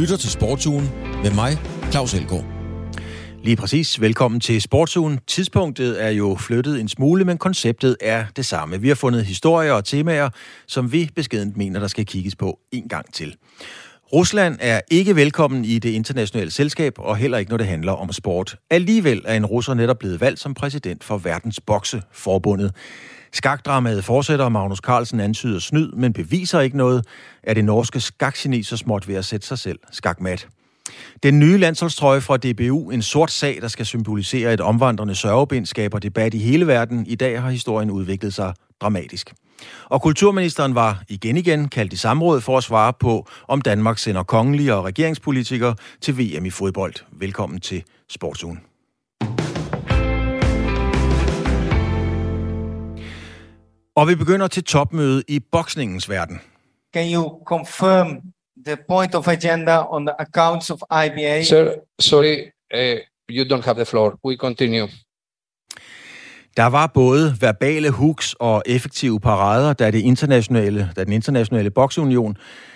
lytter til Sportsugen med mig, Claus Elgaard. Lige præcis. Velkommen til Sportsugen. Tidspunktet er jo flyttet en smule, men konceptet er det samme. Vi har fundet historier og temaer, som vi beskedent mener, der skal kigges på en gang til. Rusland er ikke velkommen i det internationale selskab, og heller ikke, når det handler om sport. Alligevel er en russer netop blevet valgt som præsident for Verdens Bokseforbundet. Skakdramaet fortsætter, og Magnus Carlsen antyder snyd, men beviser ikke noget. Er det norske skakgeni så småt ved at sætte sig selv skakmat? Den nye landsholdstrøje fra DBU, en sort sag, der skal symbolisere et omvandrende sørgebind, skaber debat i hele verden. I dag har historien udviklet sig dramatisk. Og kulturministeren var igen kaldt i samråd for at svare på, om Danmark sender kongelige og regeringspolitikere til VM i fodbold. Velkommen til Sportsugen. Og vi begynder til topmøde i boksningens verden. Can you confirm the point of agenda on the accounts of IBA? Sir, sorry, you don't have the floor. We continue. Der var både verbale hooks og effektive parader, da den internationale bokseunion,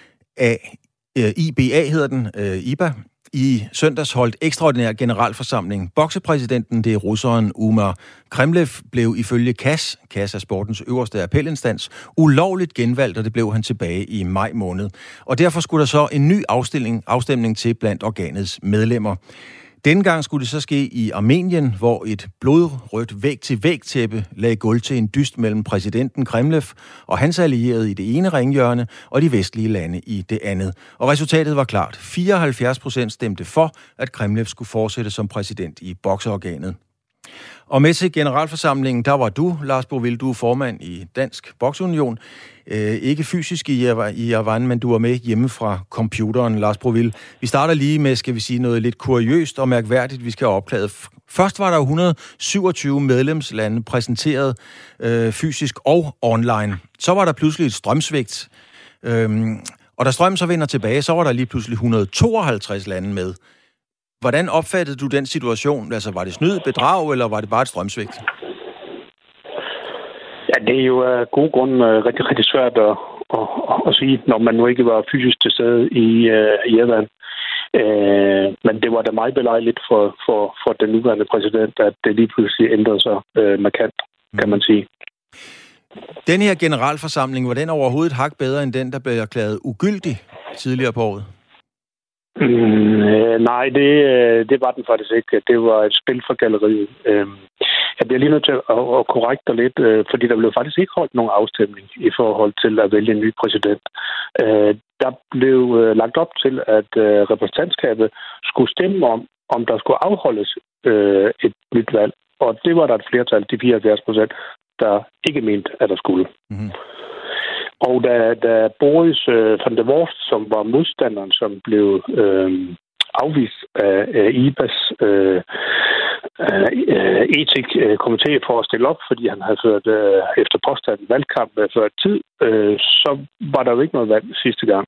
IBA hedder den, IBA, i søndags holdt ekstraordinær generalforsamling. Boksepræsidenten, det er russeren Umar Kremlev, blev ifølge CAS er sportens øverste appelinstans, ulovligt genvalgt, og det blev han tilbage i maj måned. Og derfor skulle der så en ny afstemning til blandt organets medlemmer. Denne gang skulle det så ske i Armenien, hvor et blodrødt væg-til-væg-tæppe lagde gulv til en dyst mellem præsidenten Kremlev og hans allierede i det ene ringhjørne og de vestlige lande i det andet. Og resultatet var klart. 74% stemte for, at Kremlev skulle fortsætte som præsident i bokseorganet. Og med til generalforsamlingen, der var du, Lars Bovil, du er formand i Dansk Bokseunion. Ikke fysisk i Jerevan, men du var med hjemme fra computeren, Lars Bovil. Vi starter lige med, skal vi sige, noget lidt kuriøst og mærkværdigt, vi skal have opklaret. Først var der 127 medlemslande præsenteret fysisk og online. Så var der pludselig et strømsvigt. Og da strømmen så vender tilbage, så var der lige pludselig 152 lande med. Hvordan opfattede du den situation? Altså, var det snyd, bedrag, eller var det bare et strømsvigt? Ja, det er jo af god grund rigtig, rigtig svært at sige, når man nu ikke var fysisk til stede i Jerevan. Men det var da meget belejligt for den nuværende præsident, at det lige pludselig ændrede sig markant, kan man sige. Den her generalforsamling, var den overhovedet et hak bedre end den, der blev erklæret ugyldig tidligere på året? Nej, det var den faktisk ikke. Det var et spil for galleriet. Jeg bliver lige nødt til at korrekte dig lidt, fordi der blev faktisk ikke holdt nogen afstemning i forhold til at vælge en ny præsident. Der blev lagt op til, at repræsentantskabet skulle stemme om der skulle afholdes et nyt valg. Og det var der et flertal, de 74%, der ikke mente, at der skulle. Mm-hmm. Og da Boris van der Worst, som var modstanderen, som blev afvist af IBAs etikkomité for at stille op, fordi han havde ført efter påstanden valgkamp før tid, så var der jo ikke noget valg sidste gang.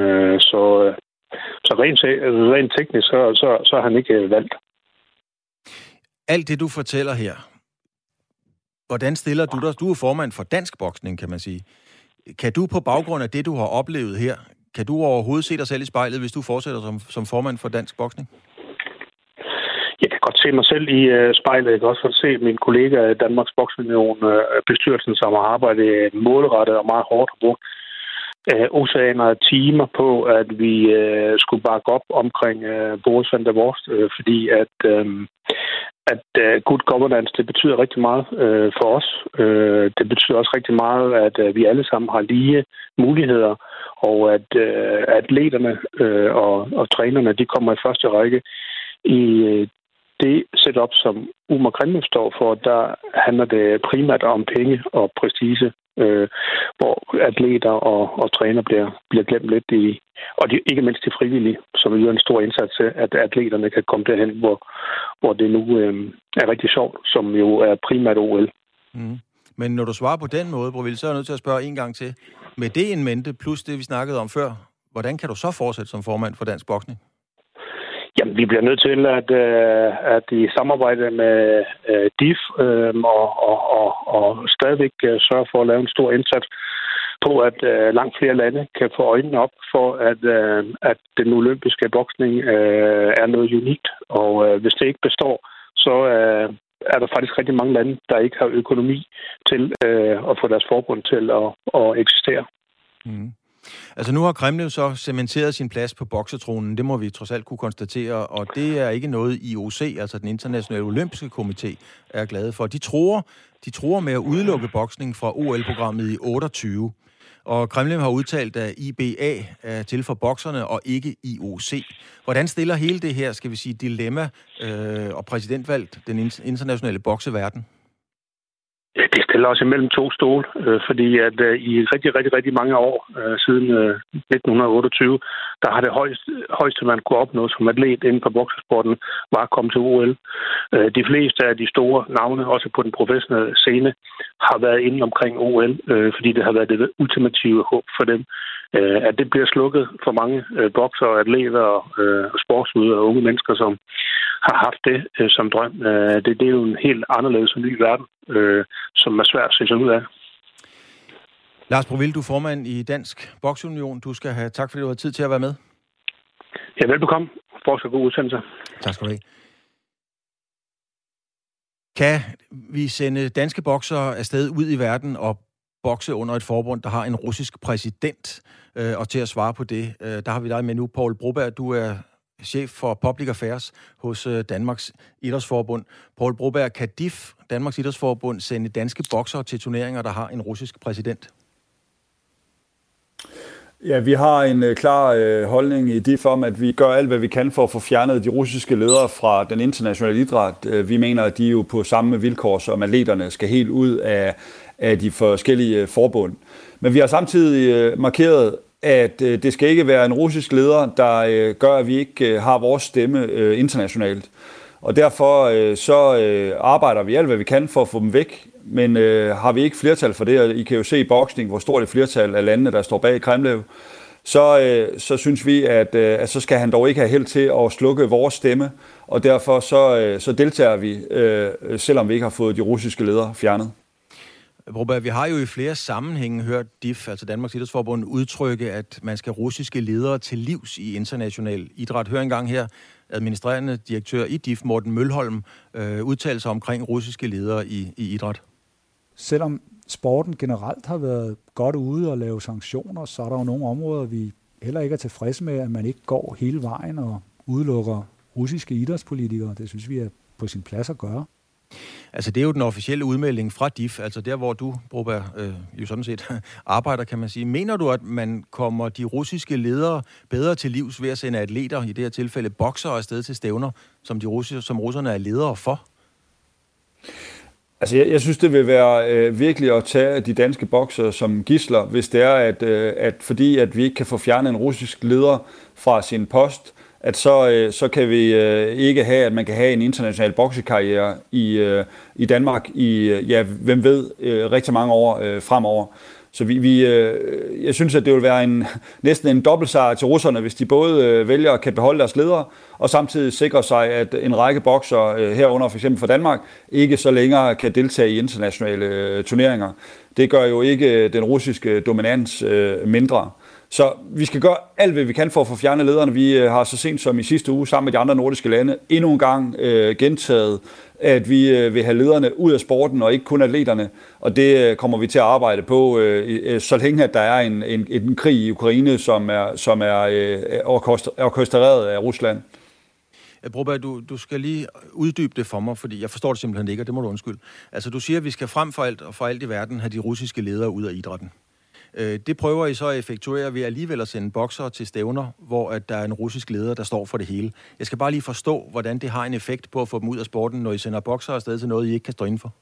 Så rent teknisk, så er han ikke valgt. Alt det, du fortæller her, hvordan stiller du dig? Du er formand for dansk boksning, kan man sige. Kan du på baggrund af det, du har oplevet her, kan du overhovedet se dig selv i spejlet, hvis du fortsætter som formand for dansk boksning? Jeg kan godt se mig selv i spejlet. Jeg kan også se min kollega i Danmarks Bokseunion, bestyrelsen, som har arbejdet målrettet og meget hårdt og brugt oceaner af timer på, at vi skulle bakke op omkring Boris van der Worst, fordi at good governance, det betyder rigtig meget for os. Det betyder også rigtig meget, at vi alle sammen har lige muligheder, og at atleterne og trænerne, de kommer i første række i det setup, som Umar Kremlev står for. Der handler det primært om penge og prestige, hvor atleter og træner bliver glemt lidt i, og ikke mindst de frivillige, som yder en stor indsats til, at atleterne kan komme derhen, hvor det nu er rigtig sjovt, som jo er primært OL. Mm. Men når du svarer på den måde, Brovil, så er jeg nødt til at spørge en gang til. Med det in mente, plus det vi snakkede om før, hvordan kan du så fortsætte som formand for dansk boksning? Jamen, vi bliver nødt til at i samarbejde med DIF og stadigvæk sørge for at lave en stor indsats på, at langt flere lande kan få øjnene op for, at den olympiske boksning er noget unikt. Og hvis det ikke består, så er der faktisk rigtig mange lande, der ikke har økonomi til at få deres forbund til at eksistere. Mm. Altså nu har Kreml så cementeret sin plads på boksetronen, det må vi trods alt kunne konstatere, og det er ikke noget IOC, altså den internationale olympiske komité, er glade for. De tror med at udelukke boksning fra OL-programmet i 28, og Kreml har udtalt, at IBA er til for bokserne og ikke IOC. Hvordan stiller hele det her, skal vi sige, dilemma og præsidentvalg den internationale bokseverden? Ja, det stiller os imellem to stole, fordi at i rigtig mange år, siden 1928, der har det højeste, man kunne opnå som atlet inden for boksesporten, var at komme til OL. De fleste af de store navne, også på den professionelle scene, har været inde omkring OL, fordi det har været det ultimative håb for dem. At det bliver slukket for mange boksere, atleter og sportsudøvere og unge mennesker, som har haft det som drøm. Det er jo en helt anderledes og ny verden, som er svært at se sig ud af. Lars Broville, du er formand i Dansk Boksunion. Du skal have tak, fordi du har tid til at være med. Ja, velbekomme. Fortsat god udsendelse. Tak skal du have. Kan vi sende danske boksere afsted ud i verden og bokse under et forbund, der har en russisk præsident? Og til at svare på det, der har vi dig med nu, Poul Broberg. Du er chef for Public Affairs hos Danmarks Idrætsforbund. Poul Broberg, kan DIF, Danmarks Idrætsforbund, sende danske boksere til turneringer, der har en russisk præsident? Ja, vi har en klar holdning i DIF om, at vi gør alt, hvad vi kan for at få fjernet de russiske ledere fra den internationale idræt. Vi mener, at de jo på samme vilkår som atleterne skal helt ud af de forskellige forbund. Men vi har samtidig markeret, at det skal ikke være en russisk leder, der gør, at vi ikke har vores stemme internationalt. Og derfor så arbejder vi alt, hvad vi kan for at få dem væk. Men har vi ikke flertal for det, og I kan jo se i boksning, hvor stort et flertal af landene, der står bag Kreml, så synes vi, at så skal han dog ikke have held til at slukke vores stemme. Og derfor så deltager vi, selvom vi ikke har fået de russiske ledere fjernet. Robert, vi har jo i flere sammenhænge hørt DIF, altså Danmarks Idrætsforbund, udtrykke, at man skal russiske ledere til livs i international idræt. Hør engang her, administrerende direktør i DIF, Morten Mølholm, udtale sig omkring russiske ledere i idræt. Selvom sporten generelt har været godt ude og lave sanktioner, så er der jo nogle områder, vi heller ikke er tilfredse med, at man ikke går hele vejen og udelukker russiske idrætspolitikere. Det synes vi er på sin plads at gøre. Altså det er jo den officielle udmelding fra DIF, altså der, hvor du, Broberg, jo sådan set arbejder, kan man sige. Mener du, at man kommer de russiske ledere bedre til livs ved at sende atleter, i det her tilfælde boksere, afsted til stævner, som russerne er ledere for? Altså jeg synes, det vil være virkelig at tage de danske boksere som gidsler, hvis det er, at fordi at vi ikke kan få fjernet en russisk leder fra sin post, at så kan vi ikke have, at man kan have en international boksekarriere i Danmark i, ja, hvem ved, rigtig mange år fremover. Så jeg synes, at det vil være næsten en dobbeltsejr til russerne, hvis de både vælger at kan beholde deres ledere, og samtidig sikre sig, at en række boksere herunder for eksempel for Danmark, ikke så længere kan deltage i internationale turneringer. Det gør jo ikke den russiske dominans mindre. Så vi skal gøre alt, hvad vi kan for at få fjernet lederne. Vi har så sent som i sidste uge sammen med de andre nordiske lande endnu en gang gentaget, at vi vil have lederne ud af sporten og ikke kun atleterne. Og det kommer vi til at arbejde på, så længe at der er en krig i Ukraine, som er orkestreret af Rusland. Broberg, du skal lige uddybe det for mig, fordi jeg forstår det simpelthen ikke, og det må du undskylde. Altså du siger, at vi skal frem for alt og for alt i verden have de russiske ledere ud af idrætten. Det prøver I så at effektuere ved alligevel at sende boksere til stævner, hvor at der er en russisk leder, der står for det hele. Jeg skal bare lige forstå, hvordan det har en effekt på at få dem ud af sporten, når I sender boksere afsted til noget, I ikke kan stå indenfor.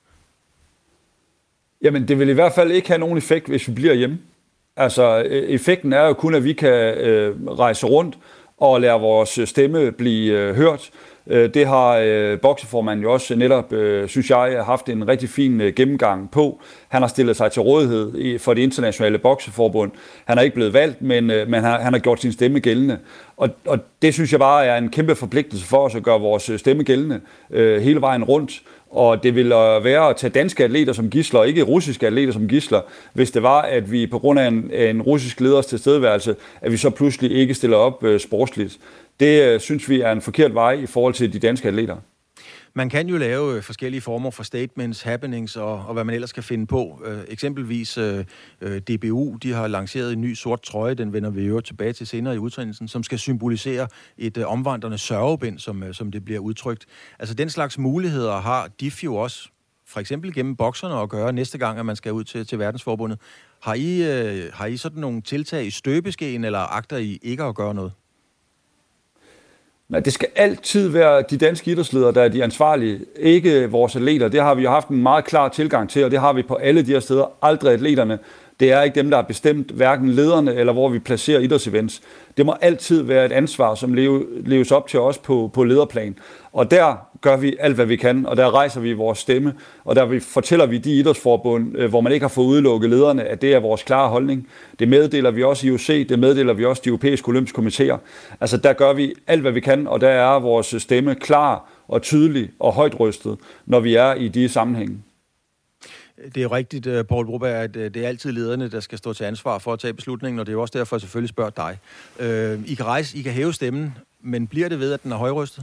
Jamen, det vil i hvert fald ikke have nogen effekt, hvis vi bliver hjemme. Altså, effekten er jo kun, at vi kan rejse rundt og lade vores stemme blive hørt. Det har bokseformanden jo også netop, synes jeg, haft en rigtig fin gennemgang på, Han har stillet sig til rådighed for det internationale bokseforbund. Han er ikke blevet valgt, men han har gjort sin stemme gældende. Og det synes jeg bare er en kæmpe forpligtelse for os at gøre vores stemme gældende hele vejen rundt. Og det vil være at tage danske atleter som gidsler, og ikke russiske atleter som gidsler, hvis det var, at vi på grund af en russisk leders tilstedeværelse, at vi så pludselig ikke stiller op sportsligt. Det synes vi er en forkert vej i forhold til de danske atleter. Man kan jo lave forskellige former for statements, happenings og hvad man ellers kan finde på. Eksempelvis DBU, de har lanceret en ny sort trøje, den vender vi jo tilbage til senere i udsendelsen, som skal symbolisere et omvandrende sørgebind, som det bliver udtrykt. Altså den slags muligheder har DIF jo også, for eksempel gennem bokserne, at gøre næste gang, at man skal ud til verdensforbundet. Har I sådan nogle tiltag i støbeskeen, eller agter I ikke at gøre noget? Nej, det skal altid være de danske idrætsledere, der er de ansvarlige, ikke vores atleter. Det har vi jo haft en meget klar tilgang til, og det har vi på alle de her steder. Aldrig atleterne. Det er ikke dem, der har bestemt hverken lederne eller hvor vi placerer idrætsevents. Det må altid være et ansvar, som leves op til os på lederplan. Og der gør vi alt, hvad vi kan, og der rejser vi vores stemme, og der fortæller vi de idrætsforbund, hvor man ikke har fået udelukket lederne, at det er vores klare holdning. Det meddeler vi også i IOC, det meddeler vi også de europæiske olympiske komitéer. Altså der gør vi alt, hvad vi kan, og der er vores stemme klar og tydelig og højt rystet, når vi er i de sammenhænge. Det er jo rigtigt, Poul Broberg, at det er altid lederne, der skal stå til ansvar for at tage beslutningen, og det er jo også derfor, jeg selvfølgelig spørger dig. I kan hæve stemmen, men bliver det ved, at den er højrystet?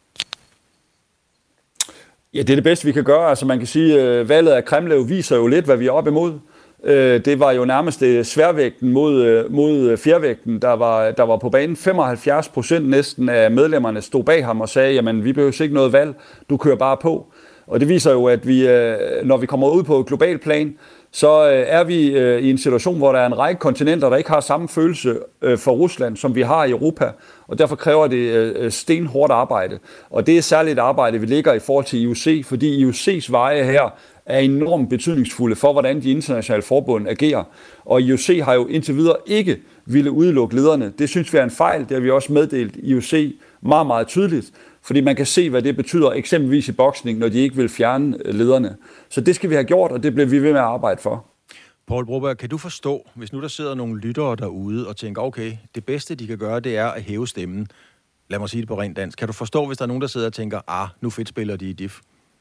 Ja, det er det bedste, vi kan gøre. Altså man kan sige, at valget af Kremlev viser jo lidt, hvad vi er op imod. Det var jo nærmest sværvægten mod fjervægten, der var på banen. 75% næsten af medlemmerne stod bag ham og sagde, jamen vi behøver ikke noget valg, du kører bare på. Og det viser jo, at vi, når vi kommer ud på et globalt plan, så er vi i en situation, hvor der er en række kontinenter, der ikke har samme følelse for Rusland, som vi har i Europa. Og derfor kræver det stenhårdt arbejde. Og det er særligt et arbejde, vi ligger i forhold til IOC, fordi IOC's veje her er enormt betydningsfulde for, hvordan de internationale forbund agerer. Og IOC har jo indtil videre ikke ville udelukke lederne. Det synes vi er en fejl. Det har vi også meddelt IOC meget, meget tydeligt. Fordi man kan se, hvad det betyder eksempelvis i boksning, når de ikke vil fjerne lederne. Så det skal vi have gjort, og det bliver vi ved med at arbejde for. Poul Broberg, kan du forstå, hvis nu der sidder nogle lyttere derude og tænker, okay, det bedste de kan gøre, det er at hæve stemmen. Lad mig sige det på rent dansk. Kan du forstå, hvis der er nogen, der sidder og tænker, nu fedt spiller de i DIF?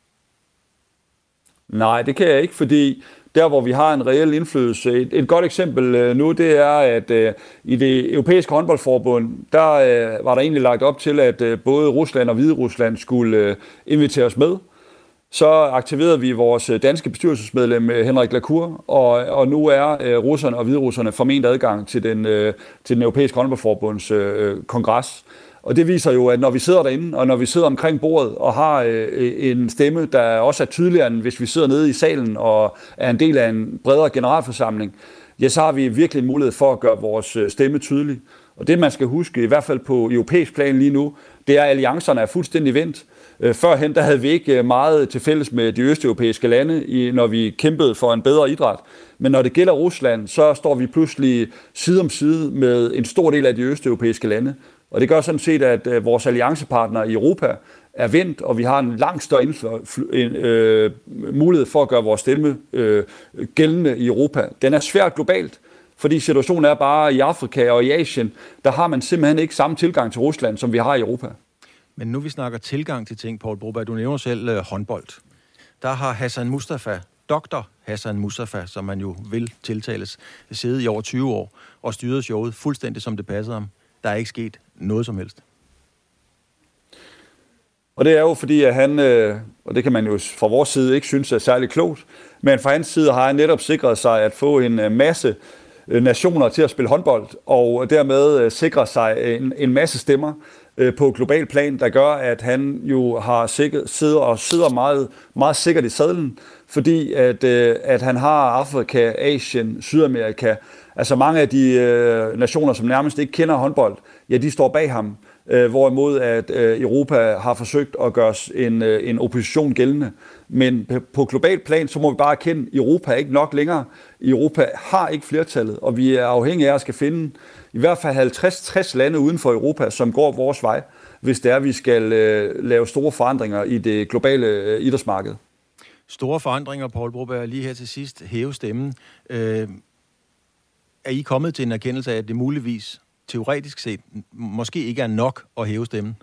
Nej, det kan jeg ikke, fordi der, hvor vi har en reel indflydelse. Et godt eksempel nu, det er, at i det europæiske håndboldforbund, der var der egentlig lagt op til, at både Rusland og Hviderusland skulle invitere os med. Så aktiverede vi vores danske bestyrelsesmedlem Henrik Lacour, og nu er russerne og hviderusserne formentlig adgang til den europæiske håndboldforbunds kongres. Og det viser jo, at når vi sidder derinde, og når vi sidder omkring bordet og har en stemme, der også er tydeligere, end hvis vi sidder nede i salen og er en del af en bredere generalforsamling, ja, så har vi virkelig en mulighed for at gøre vores stemme tydelig. Og det, man skal huske, i hvert fald på europæisk plan lige nu, det er, at alliancerne er fuldstændig vendt. Førhen, der havde vi ikke meget til fælles med de østeuropæiske lande, når vi kæmpede for en bedre idræt. Men når det gælder Rusland, så står vi pludselig side om side med en stor del af de østeuropæiske lande. Og det gør sådan set, at vores alliancepartnere i Europa er vendt, og vi har en langt større mulighed for at gøre vores stemme gældende i Europa. Den er svært globalt, fordi situationen er bare i Afrika og i Asien, der har man simpelthen ikke samme tilgang til Rusland, som vi har i Europa. Men nu vi snakker tilgang til ting, Poul Broberg, du nævner selv håndbold. Der har Hassan Mustafa, Dr. Hassan Mustafa, som man jo vil tiltales, siddet i over 20 år og styret showet fuldstændig som det passede ham. Der er ikke sket noget som helst. Og det er jo fordi, at han, og det kan man jo fra vores side ikke synes er særlig klogt, men fra hans side har han netop sikret sig at få en masse nationer til at spille håndbold, og dermed sikre sig en masse stemmer på global plan, der gør, at han jo har sidder meget, meget sikkert i sadlen, fordi at han har Afrika, Asien, Sydamerika, altså mange af de nationer, som nærmest ikke kender håndbold, ja, de står bag ham, hvorimod at Europa har forsøgt at gøre en opposition gældende. Men på global plan, så må vi bare erkende, at Europa er ikke nok længere. Europa har ikke flertallet, og vi er afhængige af at skal finde i hvert fald 50-60 lande uden for Europa, som går vores vej, hvis det er, at vi skal lave store forandringer i det globale idrætsmarked. Store forandringer, Poul Broberg, lige her til sidst. Hæve stemmen. Er I kommet til en erkendelse af, at det muligvis, teoretisk set, måske ikke er nok at hæve stemmen?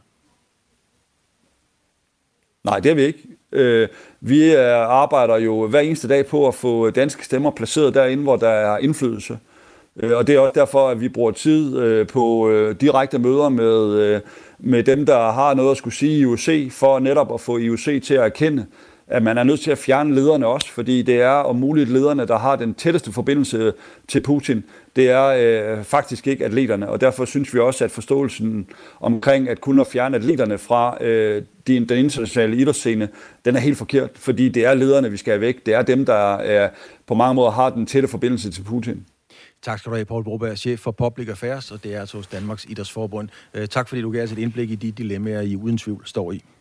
Nej, det er vi ikke. Vi arbejder jo hver eneste dag på at få danske stemmer placeret derinde, hvor der er indflydelse. Og det er også derfor, at vi bruger tid på direkte møder med dem, der har noget at skulle sige i IOC, for netop at få IOC til at erkende, at man er nødt til at fjerne lederne også, fordi det er om muligt lederne, der har den tætteste forbindelse til Putin. Det er faktisk ikke atleterne, og derfor synes vi også, at forståelsen omkring at kun at fjerne atleterne fra den internationale idrætsscene, den er helt forkert, fordi det er lederne, vi skal have væk. Det er dem, der på mange måder har den tætte forbindelse til Putin. Tak skal du have, Poul Broberg, chef for Public Affairs, og det er altså hos Danmarks Idrætsforbund. Tak fordi du gav os et indblik i de dilemmaer, I uden tvivl står i.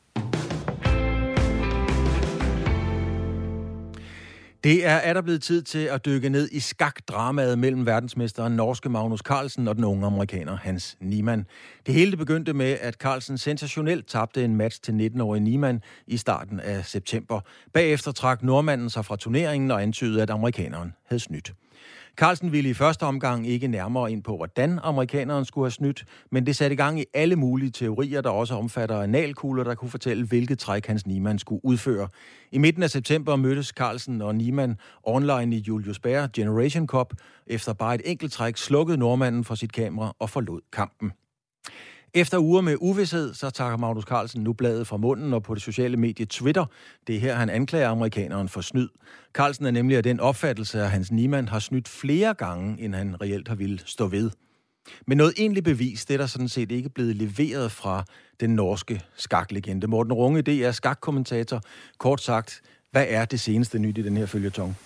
Det er der blevet tid til at dykke ned i skakdramaet mellem verdensmesteren norske Magnus Carlsen og den unge amerikaner Hans Niemann. Det hele begyndte med, at Carlsen sensationelt tabte en match til 19-årige Niemann i starten af september. Bagefter trak nordmanden sig fra turneringen og antydede, at amerikaneren havde snydt. Carlsen ville i første omgang ikke nærmere ind på, hvordan amerikaneren skulle have snydt, men det satte i gang i alle mulige teorier, der også omfatter analkugler, der kunne fortælle, hvilket træk Hans Niemann skulle udføre. I midten af september mødtes Carlsen og Niemann online i Julius Baer Generation Cup. Efter bare et enkelt træk slukkede nordmanden for sit kamera og forlod kampen. Efter uger med uvished, så tager Magnus Carlsen nu bladet fra munden og på det sociale medie Twitter. Det er her, han anklager amerikaneren for snyd. Carlsen er nemlig af den opfattelse, at Hans Niemann har snydt flere gange, end han reelt har ville stå ved. Men noget egentlig bevis, det er der sådan set ikke blevet leveret fra den norske skaklegende. Morten Runge, det er skakkommentator. Kort sagt, hvad er det seneste nyt i den her føljeton?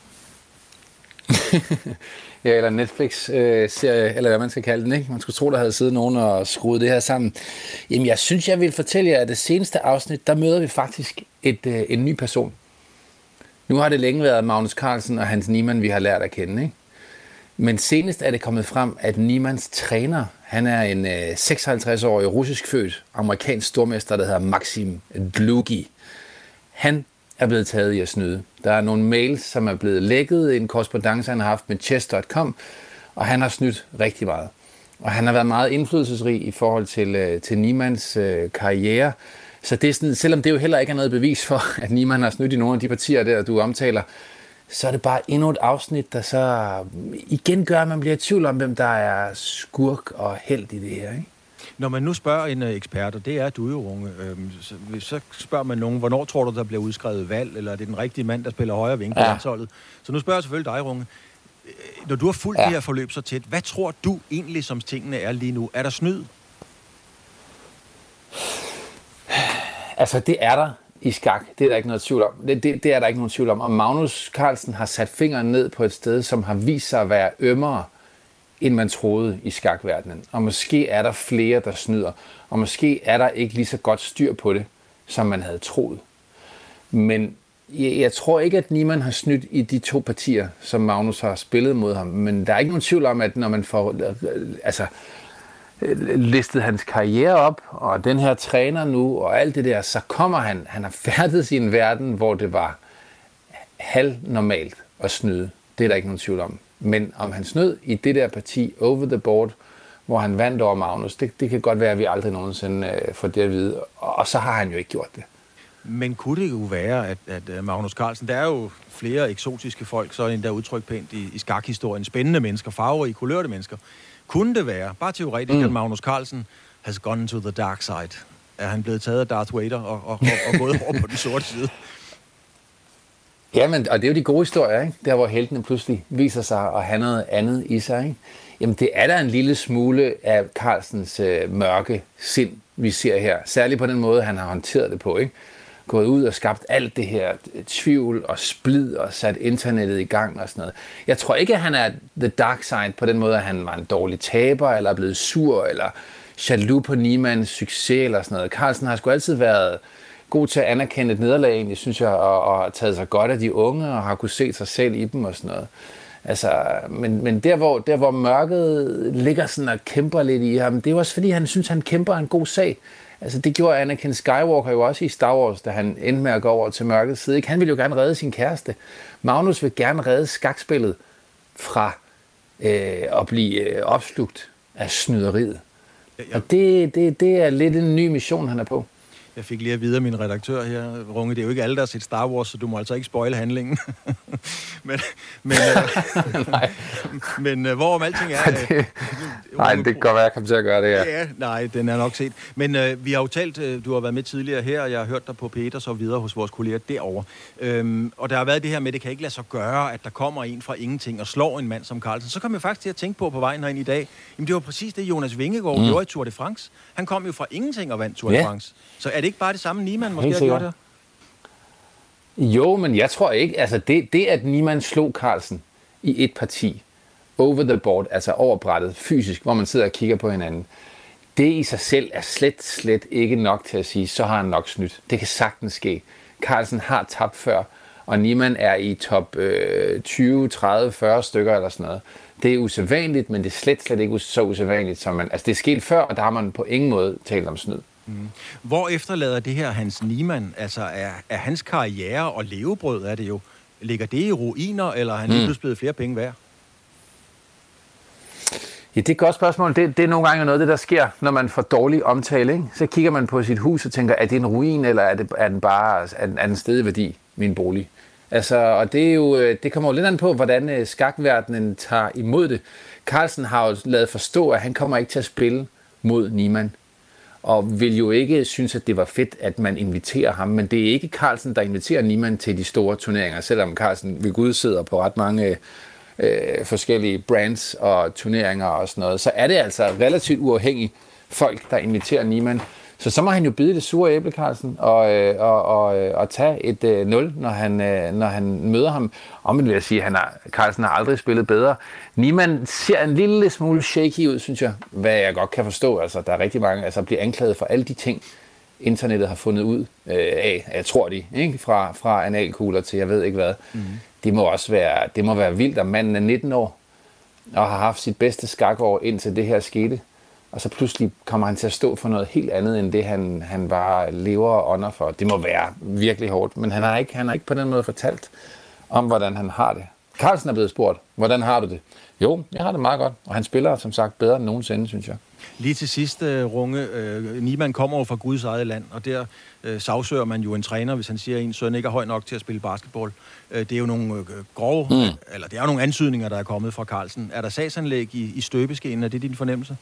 Ja, eller Netflix-serie, eller hvad man skal kalde den, ikke? Man skulle tro, der havde siddet nogen og skruet det her sammen. Jamen, jeg synes, jeg vil fortælle jer, at det seneste afsnit, der møder vi faktisk en ny person. Nu har det længe været Magnus Carlsen og Hans Niemann, vi har lært at kende, ikke? Men senest er det kommet frem, at Niemanns træner, han er en 56-årig russisk født amerikansk stormester, der hedder Maxim Dlugi. Han er blevet taget i at snyde. Der er nogle mails, som er blevet lækket, en korrespondance, han har haft med chess.com, og han har snydt rigtig meget. Og han har været meget indflydelsesrig i forhold til Niemanns karriere. Så det er sådan, selvom det jo heller ikke er noget bevis for, at Niemann har snydt i nogle af de partier der, du omtaler, så er det bare endnu et afsnit, der så igen gør, at man bliver i tvivl om, hvem der er skurk og held i det her, ikke? Når man nu spørger en ekspert, og det er du jo, Runge, så spørger man nogen, hvornår tror du, der bliver udskrevet valg, eller er det den rigtige mand, der spiller højre ving på landsholdet? Så nu spørger jeg selvfølgelig dig, Runge. Når du har fulgt det her forløb så tæt, hvad tror du egentlig, som tingene er lige nu? Er der snyd? Altså, det er der i skak. Det er der ikke noget tvivl om. Det er der ikke nogen tvivl om. Og Magnus Carlsen har sat fingeren ned på et sted, som har vist sig at være ømmere, end man troede i skakverdenen. Og måske er der flere, der snyder. Og måske er der ikke lige så godt styr på det, som man havde troet. Men jeg tror ikke, at Niemann har snydt i de to partier, som Magnus har spillet mod ham. Men der er ikke nogen tvivl om, at når man får listet hans karriere op, og den her træner nu, og alt det der, så kommer han har færdet i en verden, hvor det var halvnormalt at snyde. Det er der ikke nogen tvivl om. Men om han snød i det der parti over the board, hvor han vandt over Magnus, det kan godt være, at vi aldrig nogensinde får det at vide. Og så har han jo ikke gjort det. Men kunne det jo være, at Magnus Carlsen, der er jo flere eksotiske folk, så er endda udtrykt pænt i skakhistorien, spændende mennesker, farverige, kulørte mennesker. Kunne det være, bare teoretisk, at Magnus Carlsen has gone to the dark side? Er han blevet taget af Darth Vader og gået over på den sorte side? Jamen, og det er jo de gode historier, ikke? Der hvor heltene pludselig viser sig at have noget andet i sig, ikke? Jamen, det er der en lille smule af Carlsens mørke sind, vi ser her. Særligt på den måde, han har håndteret det på, ikke? Gået ud og skabt alt det her tvivl og splid og sat internettet i gang og sådan noget. Jeg tror ikke, at han er the dark side på den måde, at han var en dårlig taber, eller er blevet sur, eller jaloux på Niemanns succes, eller sådan noget. Carlsen har sgu altid været god til at anerkende et nederlag, egentlig, synes jeg, og taget sig godt af de unge, og har kunne se sig selv i dem og sådan noget. Altså, men der hvor mørket ligger sådan og kæmper lidt i ham, det er også fordi, han synes, han kæmper en god sag. Altså det gjorde Anakin Skywalker jo også i Star Wars, da han endte med at gå over til mørkets side. Ikke? Han ville jo gerne redde sin kæreste. Magnus vil gerne redde skakspillet fra at blive opslugt af snyderiet. Og det er lidt en ny mission, han er på. Jeg fik lige at vide af min redaktør her, Runge, det er jo ikke alle, der har set Star Wars, så du må altså ikke spoile handlingen. men hvorom alting er... Nej, det kan godt være, jeg kommer til at gøre det, ja. Ja, nej, den er nok set. Men vi har jo talt, du har været med tidligere her, og jeg har hørt dig på P1 og så videre hos vores kolleger derovre. Og der har været det her med, at det kan ikke lade sig gøre, at der kommer en fra ingenting og slår en mand som Carlsen. Så kom jeg faktisk til at tænke på vejen herind i dag, jamen det var præcis det, Jonas Vingegaard gjorde i Tour de France. Han kom jo fra ingenting og vandt Tour de France. Så er det ikke bare det samme, Niemann måske har gjort det? Jo, men jeg tror ikke, altså det at Niemann slog Carlsen i et parti, over the board, altså over brættet, fysisk, hvor man sidder og kigger på hinanden, det i sig selv er slet ikke nok til at sige, så har han nok snydt. Det kan sagtens ske. Carlsen har tabt før, og Niemann er i top 20, 30, 40 stykker eller sådan noget. Det er usædvanligt, men det er slet ikke så usædvanligt, som man... Altså det er sket før, og der har man på ingen måde talt om snyd. Hvor efterlader det her Hans Niemann? Altså er hans karriere og levebrød, er det jo, ligger det i ruiner, eller er han lige blevet flere penge værd? Ja, det er et godt spørgsmål. Det er nogle gange noget, det der sker, når man får dårlig omtale. Ikke? Så kigger man på sit hus og tænker, er det en ruin, eller er den stedet værdi, min bolig? Altså, og det er jo, det kommer jo lidt an på, hvordan skakverdenen tager imod det. Carlsen har jo ladet forstå, at han kommer ikke til at spille mod Niemann. Og vil jo ikke synes, at det var fedt, at man inviterer ham. Men det er ikke Carlsen, der inviterer Niemann til de store turneringer. Selvom Carlsen ved Gud sidder på ret mange forskellige brands og turneringer og sådan noget, så er det altså relativt uafhængigt folk, der inviterer Niemann. Så må han jo bide det sure æble, Carlsen, og tage et 0, når han møder ham. Omvendt vil jeg sige, at Carlsen har aldrig spillet bedre. Niemann ser en lille smule shaky ud, synes jeg, hvad jeg godt kan forstå. Altså, der er rigtig mange, altså bliver anklaget for alle de ting, internettet har fundet ud af, jeg tror de, ikke? Fra analkugler til jeg ved ikke hvad. Det må være vildt, at manden er 19 år og har haft sit bedste skakår indtil det her skete. Og så pludselig kommer han til at stå for noget helt andet, end det han bare lever og ånder for. Det må være virkelig hårdt, men han har ikke på den måde fortalt om, hvordan han har det. Carlsen er blevet spurgt, hvordan har du det? Jo, jeg har det meget godt, og han spiller som sagt bedre end nogensinde, synes jeg. Lige til sidst, Runge, Niemann kommer jo fra Guds eget land, og der sagsøger man jo en træner, hvis han siger, at en søn ikke er høj nok til at spille basketball. Det er jo nogle grove, eller det er jo nogle antydninger, der er kommet fra Carlsen. Er der sagsanlæg i støbeskeen? Er det din fornemmelse?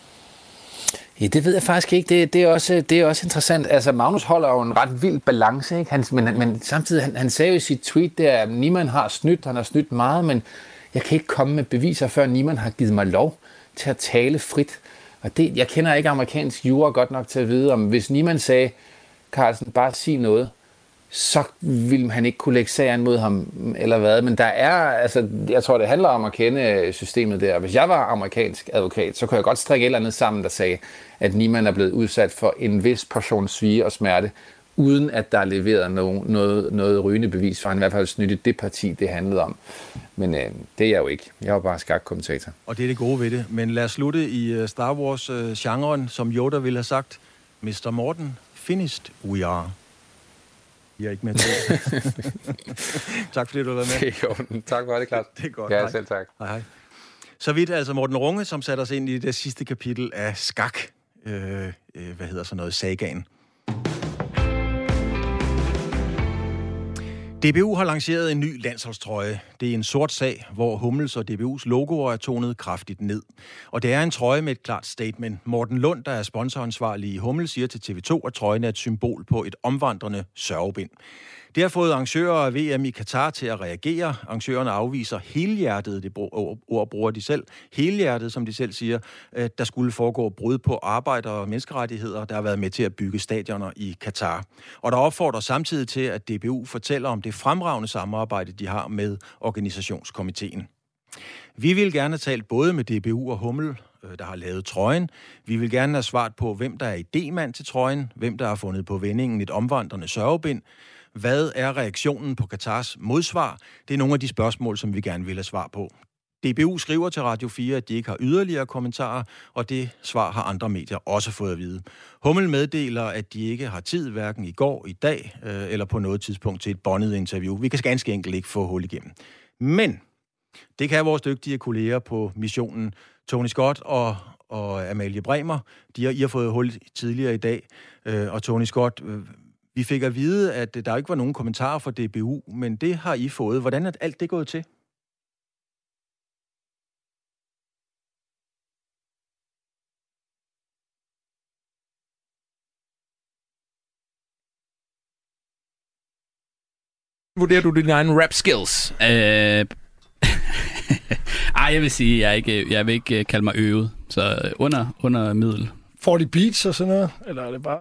Ja, det ved jeg faktisk ikke. Det er også interessant. Altså, Magnus holder jo en ret vild balance, ikke? Men samtidig, han sagde jo i sit tweet, der, at Niemann har snydt. Han har snydt meget, men jeg kan ikke komme med beviser, før Niemann har givet mig lov til at tale frit. Og jeg kender ikke amerikansk jura godt nok til at vide, om hvis Niemann sagde, Carlsen, bare sig noget, så ville han ikke kunne lægge sagen mod ham, eller hvad. Men der er, altså, jeg tror, det handler om at kende systemet der. Hvis jeg var amerikansk advokat, så kunne jeg godt strikke et eller andet sammen, der sagde, at Niemann er blevet udsat for en vis portion svie og smerte, uden at der er leveret noget rygende bevis, for han i hvert fald snytte det parti, det handlede om. Men det er jeg jo ikke. Jeg var bare skakkommentator. Og det er det gode ved det. Men lad os slutte i Star Wars-genren, som Yoda ville have sagt. Mr. Morten, finished we are. Jeg er ikke med til Tak fordi du har været med. Jo, tak for det, Claus. Det er godt. Ja, selv tak. Hej. Så vidt altså Morten Runge, som satte os ind i det sidste kapitel af skak. Sagaen. DBU har lanceret en ny landsholdstrøje. Det er en sort sag, hvor Hummels og DBU's logoer er tonet kraftigt ned. Og det er en trøje med et klart statement. Morten Lund, der er sponsoransvarlig i Hummel, siger til TV2, at trøjen er et symbol på et omvandrende sørgebind. Det har fået arrangører af VM i Katar til at reagere. Arrangørerne afviser helhjertet, det ord bruger de selv, helhjertet, som de selv siger, at der skulle foregå brud på arbejder og menneskerettigheder, der har været med til at bygge stadioner i Katar. Og der opfordrer samtidig til, at DBU fortæller om det fremragende samarbejde, de har med organisationskomiteen. Vi vil gerne tale både med DBU og Hummel, der har lavet trøjen. Vi vil gerne have svaret på, hvem der er idémand til trøjen, hvem der har fundet på vendingen et omvandrende sørgebind. Hvad er reaktionen på Katars modsvar? Det er nogle af de spørgsmål, som vi gerne vil have svar på. DBU skriver til Radio 4, at de ikke har yderligere kommentarer, og det svar har andre medier også fået at vide. Hummel meddeler, at de ikke har tid, hverken i går, i dag eller på noget tidspunkt til et båndet interview. Vi kan ganske enkelt ikke få hul igennem. Men det kan vores dygtige kolleger på missionen, Tony Scott og Amalie Bremer. I har fået hul tidligere i dag. Og Tony Scott, vi fik at vide, at der ikke var nogen kommentarer fra DBU, men det har I fået. Hvordan er alt det gået til? Vurderer du dine egne rap skills? Jeg vil sige, jeg vil ikke kalde mig øvet, så under middel. Får de beats og sådan noget? Eller er det bare...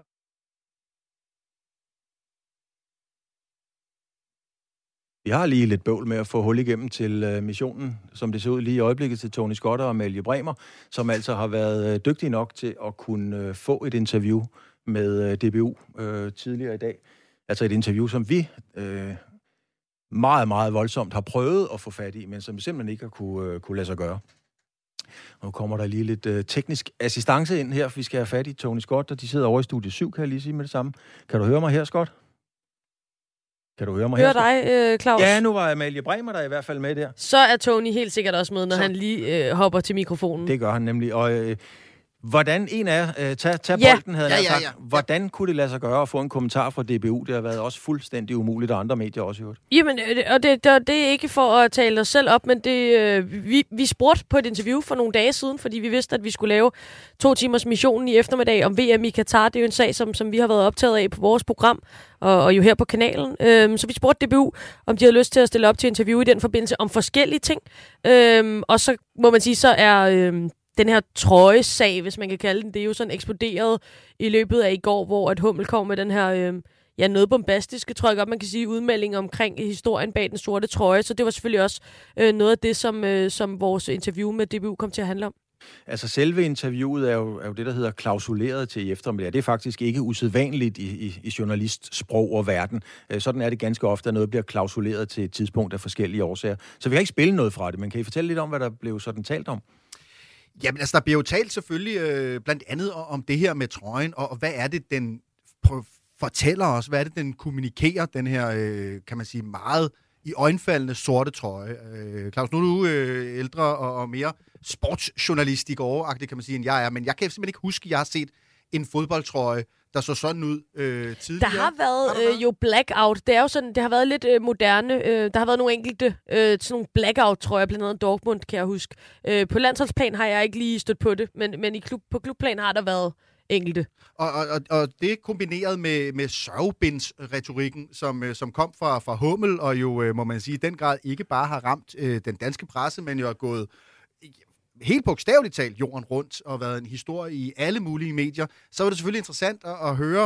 Vi har lige lidt bøvl med at få hul igennem til missionen, som det ser ud lige i øjeblikket, til Tony Scott og Amalie Bremer, som altså har været dygtige nok til at kunne få et interview med DBU tidligere i dag. Altså et interview, som vi meget, meget voldsomt har prøvet at få fat i, men som simpelthen ikke har kunne lade sig gøre. Og nu kommer der lige lidt teknisk assistance ind her, for vi skal have fat i Tony Scott, og de sidder over i studie 7, kan jeg lige sige med det samme. Kan du høre mig her, Scott? Kan du høre mig her? Hør dig, Claus. Ja, nu var Amalie Bremer der i hvert fald med der. Så er Tony helt sikkert også med, når han lige hopper til mikrofonen. Det gør han nemlig, og... Hvordan en af tag bolden, havde jeg sagt. Hvordan kunne det lade sig gøre at få en kommentar fra DBU? Det har været også fuldstændig umuligt, og andre medier også gjort. Jamen, og det er ikke for at tale os selv op, men vi spurgte på et interview for nogle dage siden, fordi vi vidste, at vi skulle lave 2 timers missionen i eftermiddag om VM i Katar. Det er jo en sag, som vi har været optaget af på vores program, og jo her på kanalen. Så vi spurgte DBU, om de havde lyst til at stille op til interview i den forbindelse om forskellige ting. Og så må man sige, så er... den her trøjesag, hvis man kan kalde den, det er jo sådan eksploderet i løbet af i går, hvor at Hummel kom med den her, noget bombastiske, tror jeg godt, man kan sige, udmelding omkring historien bag den sorte trøje. Så det var selvfølgelig også noget af det, som vores interview med DBU kom til at handle om. Altså selve interviewet er jo det, der hedder klausuleret til i eftermiddag. Det er faktisk ikke usædvanligt i journalistsprog og verden. Sådan er det ganske ofte, at noget bliver klausuleret til et tidspunkt af forskellige årsager. Så vi kan ikke spille noget fra det, men kan I fortælle lidt om, hvad der blev sådan talt om? Jamen, altså, der bliver jo talt selvfølgelig blandt andet om det her med trøjen, og hvad er det, den fortæller os? Hvad er det, den kommunikerer, den her, kan man sige, meget i øjenfaldende sorte trøje? Claus, nu er du ældre og mere sportsjournalistik overagtig, kan man sige, end jeg er, men jeg kan simpelthen ikke huske, at jeg har set en fodboldtrøje, der så sådan ud tidligere. Der har været jo blackout. Det er jo sådan, det har været lidt moderne. Der har været nogle enkelte sådan nogle blackout, tror jeg, blandt andet Dortmund, kan jeg huske. På landsholdsplan har jeg ikke lige stødt på det, men på klubplan har der været enkelte. Og det kombineret med sørgebindsretorikken, som kom fra Hummel, og jo, må man sige, i den grad ikke bare har ramt den danske presse, men jo er gået helt bogstaveligt talt jorden rundt og været en historie i alle mulige medier, så var det selvfølgelig interessant at høre,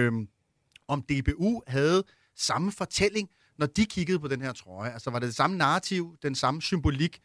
om DBU havde samme fortælling, når de kiggede på den her trøje. Altså var det samme narrativ, den samme symbolik,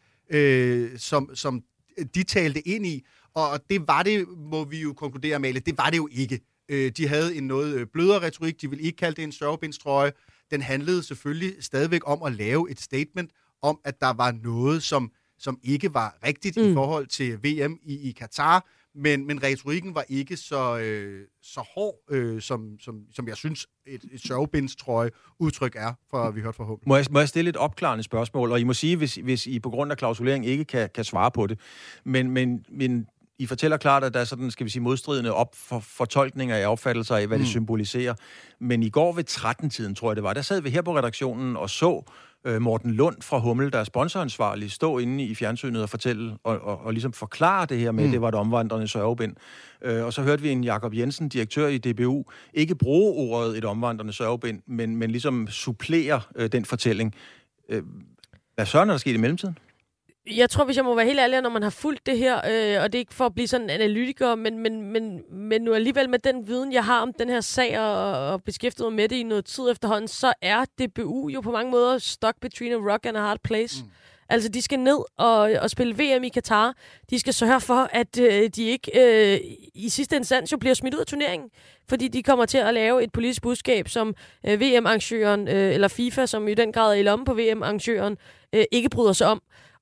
som de talte ind i, og det var det, må vi jo konkludere, Amalie, det var det jo ikke. De havde en noget blødere retorik, de ville ikke kalde det en sørgebindstrøje. Den handlede selvfølgelig stadigvæk om at lave et statement om, at der var noget, som ikke var rigtigt i forhold til VM i Katar, men retorikken var ikke så hård, som jeg synes, et sørgebindstrøje udtryk er, for vi hørte fra Hummel. Må jeg stille et opklarende spørgsmål? Og I må sige, hvis I på grund af klausulering ikke kan svare på det. Men I fortæller klart, at der er sådan, skal vi sige, modstridende fortolkninger af opfattelser af, hvad det symboliserer. Men i går ved 13-tiden, tror jeg det var, der sad vi her på redaktionen og så Morten Lund fra Hummel, der er sponsoransvarlig, stå inde i fjernsynet og fortælle og ligesom forklare det her med, at det var et omvandrende sørgebind. Og så hørte vi en Jakob Jensen, direktør i DBU, ikke bruge ordet et omvandrende sørgebind, men ligesom supplere den fortælling. Hvad søren er der sket i mellemtiden? Jeg tror, hvis jeg må være helt ærlig, når man har fulgt det her, og det er ikke for at blive sådan en analytiker, men nu alligevel med den viden, jeg har om den her sag, og beskæftiget mig med det i noget tid efterhånden, så er DBU jo på mange måder stuck between a rock and a hard place. Altså, de skal ned og spille VM i Katar. De skal sørge for, at de ikke i sidste instans jo bliver smidt ud af turneringen, fordi de kommer til at lave et politisk budskab, som VM-arrangøren, eller FIFA, som i den grad er i lommen på VM-arrangøren, ikke bryder sig om.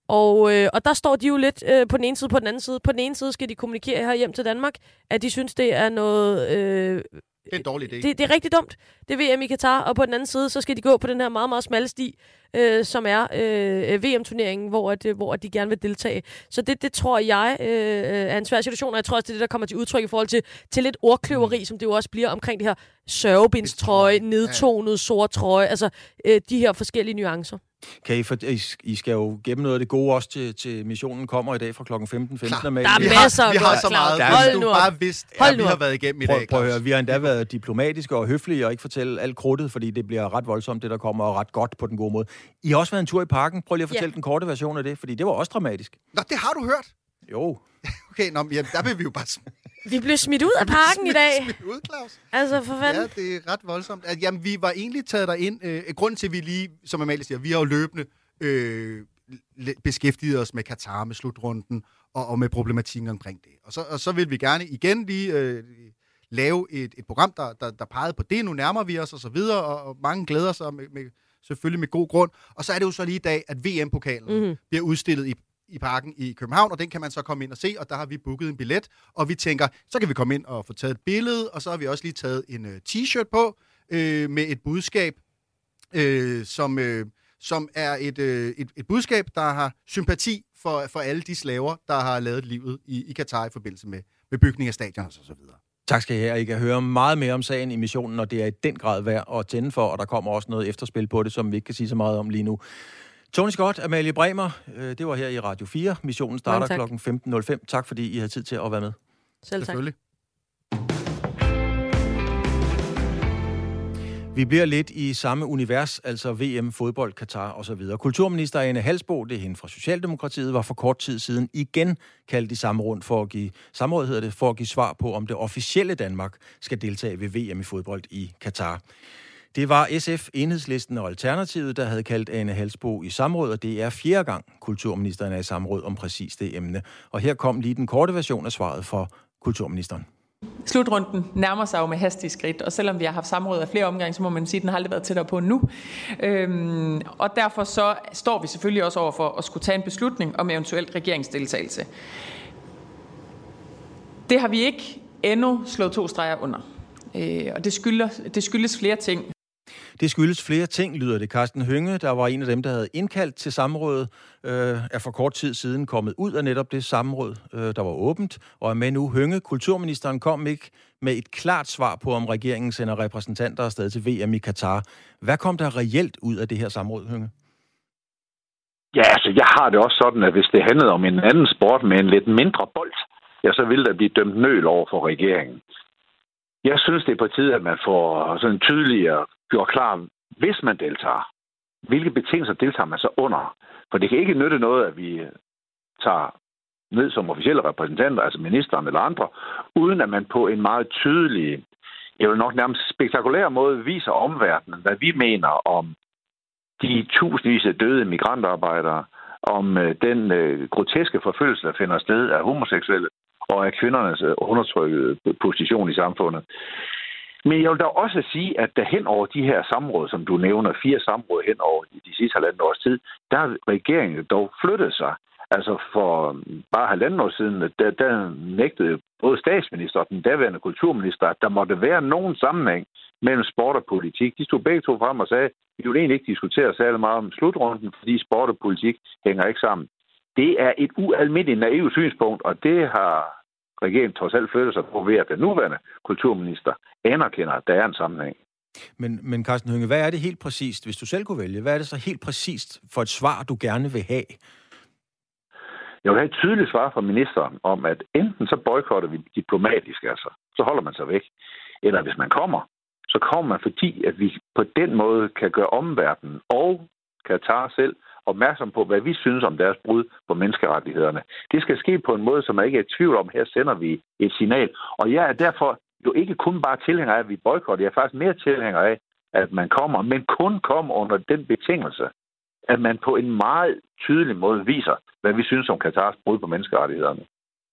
Og der står de jo lidt på den ene side, på den anden side. På den ene side skal de kommunikere her hjem til Danmark, at de synes, det er noget... det er en dårlig idé. Det er rigtig dumt. Det er VM i Katar, og på den anden side, så skal de gå på den her meget, meget smalle sti, som er VM-turneringen, hvor de gerne vil deltage. Så det tror jeg er en svær situation, og jeg tror også, det er det, der kommer til udtryk i forhold til lidt ordkløveri, som det jo også bliver omkring det her sørgebindstrøje, nedtonet sort trøje, altså de her forskellige nuancer. I skal jo gemme noget af det gode også til missionen kommer i dag fra klokken 15.15. Der er masser vi har så meget. Hold nu bare vidst, at vi har været igennem i dag. Prøv at høre, vi har endda været diplomatiske og høflige og ikke fortælle alt krudtet, fordi det bliver ret voldsomt, det der kommer, og ret godt på den gode måde. I har også været en tur i parken. Prøv lige at fortælle den korte version af det, fordi det var også dramatisk. Nå, det har du hørt? Jo. Okay, der vil vi jo bare... Vi blev smidt ud af parken i dag. Smidt ud, Claus. Altså, for fanden. Ja, det er ret voldsomt. Jamen, vi var egentlig taget derind. Grunden til, at vi lige, som Amalie siger, vi har jo løbende beskæftiget os med Katar, med slutrunden, og med problematikken omkring det. Og så vil vi gerne igen lige lave et program, der pegede på det. Nu nærmer vi os, og så videre, og mange glæder sig selvfølgelig med god grund. Og så er det jo så lige i dag, at VM-pokalen bliver udstillet i parken i København, og den kan man så komme ind og se, og der har vi booket en billet, og vi tænker, så kan vi komme ind og få taget et billede, og så har vi også lige taget en t-shirt på, med et budskab, som er et budskab, der har sympati for alle de slaver, der har lavet livet i Katar i forbindelse med bygning af stadion og så videre. Tak skal I have. I kan høre meget mere om sagen i missionen, og det er i den grad værd at tænde for, og der kommer også noget efterspil på det, som vi ikke kan sige så meget om lige nu. Tony Scott, Amalie Bremer, det var her i Radio 4. Missionen starter klokken 15.05. Tak fordi I havde tid til at være med. Selv tak. Vi bliver lidt i samme univers, altså VM, fodbold, Katar osv. Kulturminister Ane Halsboe, det er hende fra Socialdemokratiet, var for kort tid siden igen kaldt i samråd for at give svar på, om det officielle Danmark skal deltage ved VM i fodbold i Katar. Det var SF, Enhedslisten og Alternativet, der havde kaldt Ane Halsboe i samråd, og det er 4. gang, kulturministeren er i samråd om præcis det emne. Og her kom lige den korte version af svaret for kulturministeren. Slutrunden nærmer sig jo med hastige skridt, og selvom vi har haft samråd af flere omgange, så må man sige, at den har aldrig været tættere på nu. Og derfor så står vi selvfølgelig også over for at skulle tage en beslutning om eventuelt regeringsdeltagelse. Det har vi ikke endnu slået 2 streger under, og det skyldes flere ting. Det skyldes flere ting, lyder det. Carsten Hønge, der var en af dem, der havde indkaldt til samrådet, er for kort tid siden kommet ud af netop det samråd, der var åbent, og er med nu. Hønge, kulturministeren, kom ikke med et klart svar på, om regeringen sender repræsentanter afsted til VM i Katar. Hvad kom der reelt ud af det her samråd, Hønge? Ja, altså jeg har det også sådan, at hvis det handlede om en anden sport med en lidt mindre bold, ja, så ville der blive dømt nøl over for regeringen. Jeg synes, det er på tide, at man får sådan tydeligere gjort klar, hvis man deltager. Hvilke betingelser deltager man så under? For det kan ikke nytte noget, at vi tager ned som officielle repræsentanter, altså ministeren eller andre, uden at man på en meget tydelig, jeg vil nok nærmest spektakulær måde viser omverdenen, hvad vi mener om de tusindvis af døde migrantarbejdere, om den groteske forfølgelse, der finder sted af homoseksuelle og af kvindernes undertrykkede position i samfundet. Men jeg vil da også sige, at der hen over de her samråd, som du nævner, 4 samråd hen over de sidste 1,5 års tid, der har regeringen dog flyttet sig. Altså for bare 1,5 år siden, der nægtede både statsminister og den daværende kulturminister, at der måtte være nogen sammenhæng mellem sport og politik. De stod begge to frem og sagde, at vi ville egentlig ikke diskutere særlig meget om slutrunden, fordi sport og politik hænger ikke sammen. Det er et ualmindeligt naivt synspunkt, og det har regeringen trods alt flyttet sig på ved, at den nuværende kulturminister anerkender, at der er en sammenhæng. Men Carsten Hønge, hvad er det helt præcist, hvis du selv kunne vælge? Hvad er det så helt præcist for et svar, du gerne vil have? Jeg vil have et tydeligt svar fra ministeren om, at enten så boykotter vi diplomatisk, altså, så holder man sig væk. Eller hvis man kommer, så kommer man, fordi at vi på den måde kan gøre omverdenen og Katar selv opmærksom på, hvad vi synes om deres brud på menneskerettighederne. Det skal ske på en måde, som man ikke er i tvivl om. Her sender vi et signal. Og jeg er derfor jo ikke kun bare tilhænger af, at vi boykotter. Jeg er faktisk mere tilhænger af, at man kommer, men kun kommer under den betingelse, at man på en meget tydelig måde viser, hvad vi synes om Katars brud på menneskerettighederne.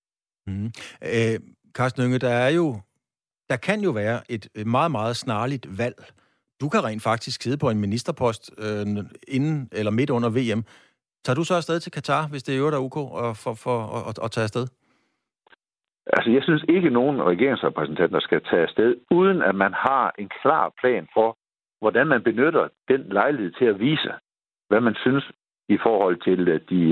Carsten Hønge, der kan jo være et meget, meget snarligt valg. Du kan rent faktisk sidde på en ministerpost inden eller midt under VM. Tager du så afsted til Katar, hvis det er øvrigt er OK for at tage afsted? Altså, jeg synes ikke, nogen regeringsrepræsentanter skal tage afsted, uden at man har en klar plan for, hvordan man benytter den lejlighed til at vise, hvad man synes i forhold til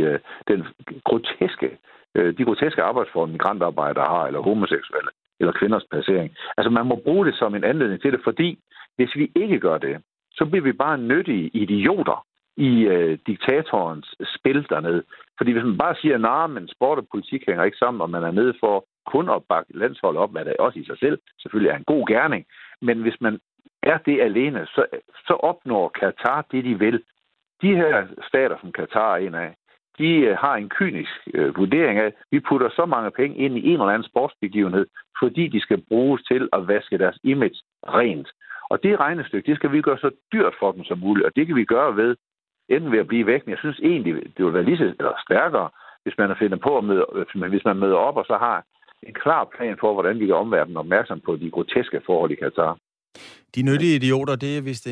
de groteske arbejdsformer, migrantarbejdere har, eller homoseksuelle, eller kvinders placering. Altså, man må bruge det som en anledning til det, fordi hvis vi ikke gør det, så bliver vi bare nyttige idioter i diktatorens spil dernede. Fordi hvis man bare siger, nej, men sport og politik hænger ikke sammen, og man er nede for kun at bakke landshold op, hvad der også i sig selv selvfølgelig er en god gerning. Men hvis man er det alene, så opnår Katar det, de vil. De her stater, som Katar er en af, de har en kynisk vurdering af, at vi putter så mange penge ind i en eller anden sportsbegivenhed, fordi de skal bruges til at vaske deres image rent. Og det regnestykke, det skal vi gøre så dyrt for dem som muligt, og det kan vi gøre ved, enten ved at blive væk, men jeg synes egentlig, det vil være lige så stærkere, hvis man finder på hvis man møder op og så har en klar plan for, hvordan vi kan omverdenen opmærksom på de groteske forhold i Katar. De nyttige idioter, det er vist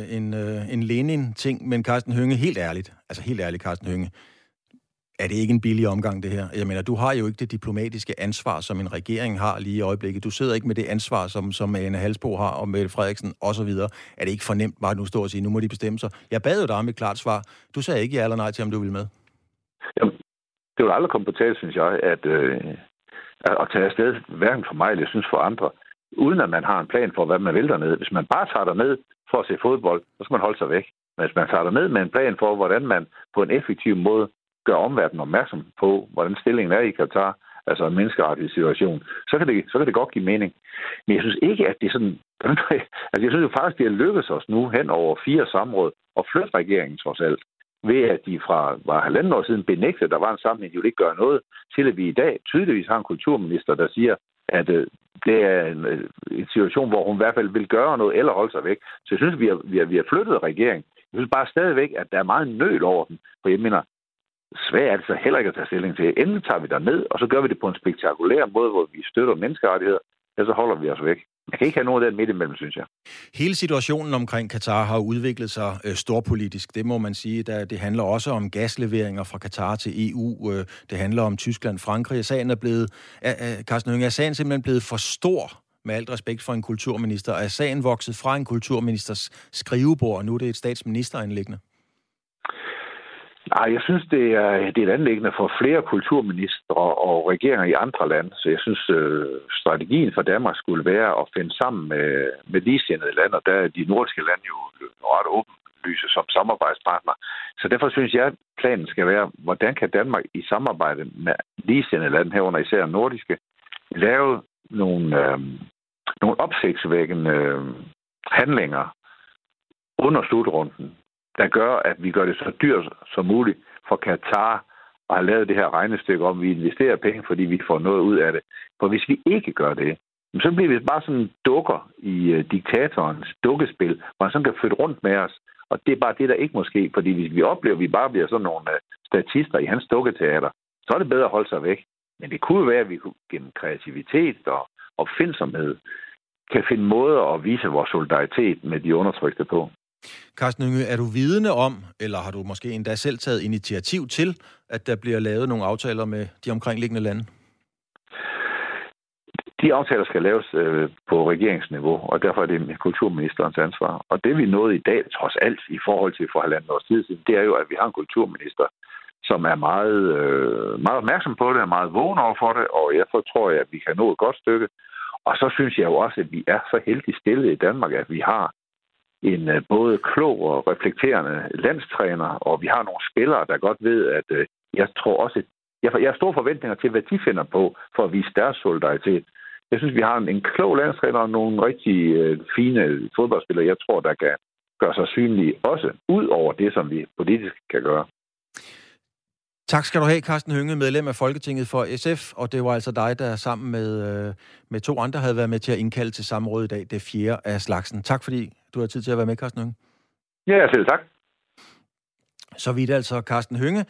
en Lenin-ting, men Karsten Hønge, helt ærligt, Karsten Hønge, er det ikke en billig omgang, det her? Jeg mener, du har jo ikke det diplomatiske ansvar, som en regering har lige i øjeblikket. Du sidder ikke med det ansvar, som Ane Halsbo har, og Mette Frederiksen osv. Er det ikke fornemt bare at nu stå og sige, nu må de bestemme sig? Jeg bad jo dig om et klart svar. Du sagde ikke ja eller nej til, om du ville med. Jamen, det vil aldrig komme på tale, synes jeg, at tage afsted, hverken for mig eller jeg synes for andre, uden at man har en plan for, hvad man vil dernede. Hvis man bare tager derned for at se fodbold, så skal man holde sig væk. Men hvis man tager derned med en plan for, hvordan man på en effektiv måde gør omverdenen opmærksom på, hvordan stillingen er i Katar, altså en menneskerettig situation, så kan det godt give mening. Men jeg synes ikke, at det er sådan... Altså, jeg synes jo faktisk, det er lykkedes os nu hen over 4 samråd og flytte regeringen trods alt, ved at de var 1,5 år siden benægtede, at der var en sammenhæng, de ville ikke gøre noget, til at vi i dag tydeligvis har en kulturminister, der siger, at det er en situation, hvor hun i hvert fald vil gøre noget eller holde sig væk. Så jeg synes, vi har flyttet regeringen. Jeg synes bare stadigvæk, at der er meget nøl over den. For jeg mener, svært er det så heller ikke at tage stilling til. Enten tager vi derned, og så gør vi det på en spektakulær måde, hvor vi støtter menneskerettigheder, eller så holder vi os væk. Man kan ikke have noget af den midt imellem, synes jeg. Hele situationen omkring Katar har udviklet sig storpolitisk. Det må man sige. Det handler også om gasleveringer fra Katar til EU. Det handler om Tyskland, Frankrig. Sagen er blevet, Karsten Hønge, er sagen simpelthen blevet for stor, med alt respekt for en kulturminister? Er sagen vokset fra en kulturministers skrivebord, og nu er det et statsministeranliggende? Nej, jeg synes, det er et anliggende for flere kulturministre og regeringer i andre lande. Så jeg synes, strategien for Danmark skulle være at finde sammen med ligesindede lande, og der er de nordiske lande jo ret åbenlyse som samarbejdspartner. Så derfor synes jeg, at planen skal være, hvordan kan Danmark i samarbejde med ligesindede lande, herunder især nordiske, lave nogle opsigtsvækkende handlinger under slutrunden, der gør, at vi gør det så dyrt som muligt for Katar at have lavet det her regnestykke om, vi investerer penge, fordi vi får noget ud af det. For hvis vi ikke gør det, så bliver vi bare sådan dukker i diktatorens dukkespil, hvor han sådan kan flytte rundt med os. Og det er bare det, der ikke må ske, fordi hvis vi oplever, at vi bare bliver sådan nogle statister i hans dukketeater, så er det bedre at holde sig væk. Men det kunne være, at vi gennem kreativitet og opfindsomhed kan finde måder at vise vores solidaritet med de undertrykte på. Karsten Hønge, er du vidende om, eller har du måske endda selv taget initiativ til, at der bliver lavet nogle aftaler med de omkringliggende lande? De aftaler skal laves på regeringsniveau, og derfor er det kulturministerens ansvar. Og det vi nåede i dag, trods alt i forhold til for 1,5 års tid siden, det er jo, at vi har en kulturminister, som er meget, meget opmærksom på det, og meget vågen over for det, og jeg tror, at vi kan nå et godt stykke. Og så synes jeg jo også, at vi er så heldigt stillet i Danmark, at vi har en både klog og reflekterende landstræner, og vi har nogle spillere, der godt ved, at jeg tror også, jeg har store forventninger til, hvad de finder på for at vise deres solidaritet. Jeg synes, vi har en klog landstræner og nogle rigtig fine fodboldspillere, jeg tror, der kan gøre sig synlige også ud over det, som vi politisk kan gøre. Tak skal du have, Karsten Hønge, medlem af Folketinget for SF, og det var altså dig, der sammen med 2 andre havde været med til at indkalde til samråd i dag, det 4. af slagsen. Tak fordi du har tid til at være med, Karsten Hønge. Ja, selv tak. Så vidt altså Karsten Hønge,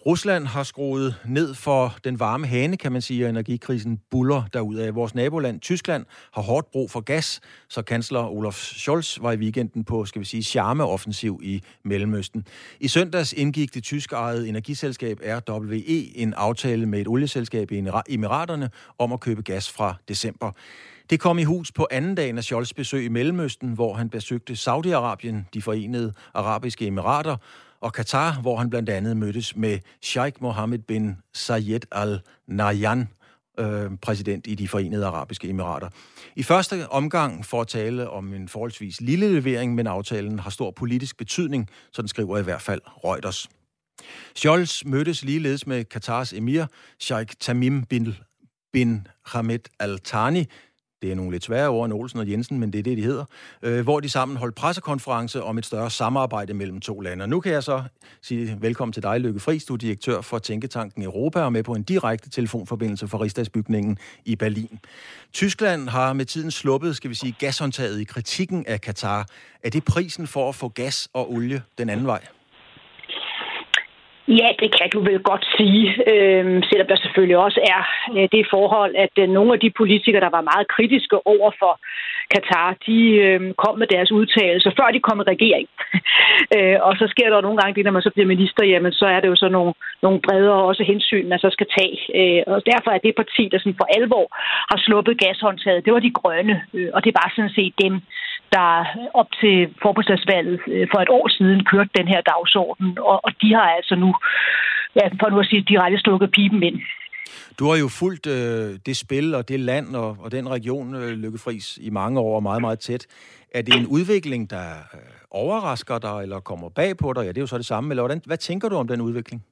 Rusland har skruet ned for den varme hane, kan man sige, og energikrisen buller derudad. Vores naboland Tyskland har hårdt brug for gas, så kansler Olaf Scholz var i weekenden på, skal vi sige, charmeoffensiv i Mellemøsten. I søndags indgik det tyskejede energiselskab RWE en aftale med et olieselskab i Emiraterne om at købe gas fra december. Det kom i hus på anden dagen af Scholz' besøg i Mellemøsten, hvor han besøgte Saudi-Arabien, de Forenede Arabiske Emirater, og Katar, hvor han blandt andet mødtes med Sheikh Mohammed bin Zayed Al Nahyan, præsident i de Forenede Arabiske Emirater. I første omgang for at tale om en forholdsvis lille levering, men aftalen har stor politisk betydning, sådan skriver i hvert fald Reuters. Scholz mødtes ligeledes med Katars emir, Sheikh Tamim bin Hamad Al Thani. Det er nogle lidt svære ord end Olsen og Jensen, men det er det, de hedder. Hvor de sammen holdt pressekonference om et større samarbejde mellem to lande. Nu kan jeg så sige velkommen til dig, Lykke Friis, du er direktør for Tænketanken Europa og med på en direkte telefonforbindelse for Rigsdagsbygningen i Berlin. Tyskland har med tiden sluppet, skal vi sige, gashåndtaget i kritikken af Katar. Er det prisen for at få gas og olie den anden vej? Ja, det kan du vel godt sige, selvom der selvfølgelig også er det forhold, at nogle af de politikere, der var meget kritiske over for Katar, de kom med deres udtalelser, før de kom i regering. Og så sker der nogle gange det, når man så bliver minister, jamen så er det jo så nogle bredere også hensyn, man så skal tage. Og derfor er det parti, der sådan for alvor har sluppet gashåndtaget, det var de grønne, og det var sådan set dem, der op til forbundsdagsvalget for et år siden kørte den her dagsorden, og de har altså nu, ja, for nu at sige, direkte stukket pipen ind. Du har jo fulgt det spil og det land og den region, Lykke Friis, i mange år meget, meget tæt. Er det en udvikling, der overrasker dig eller kommer bag på dig? Ja, det er jo så det samme. Eller hvad tænker du om den udvikling?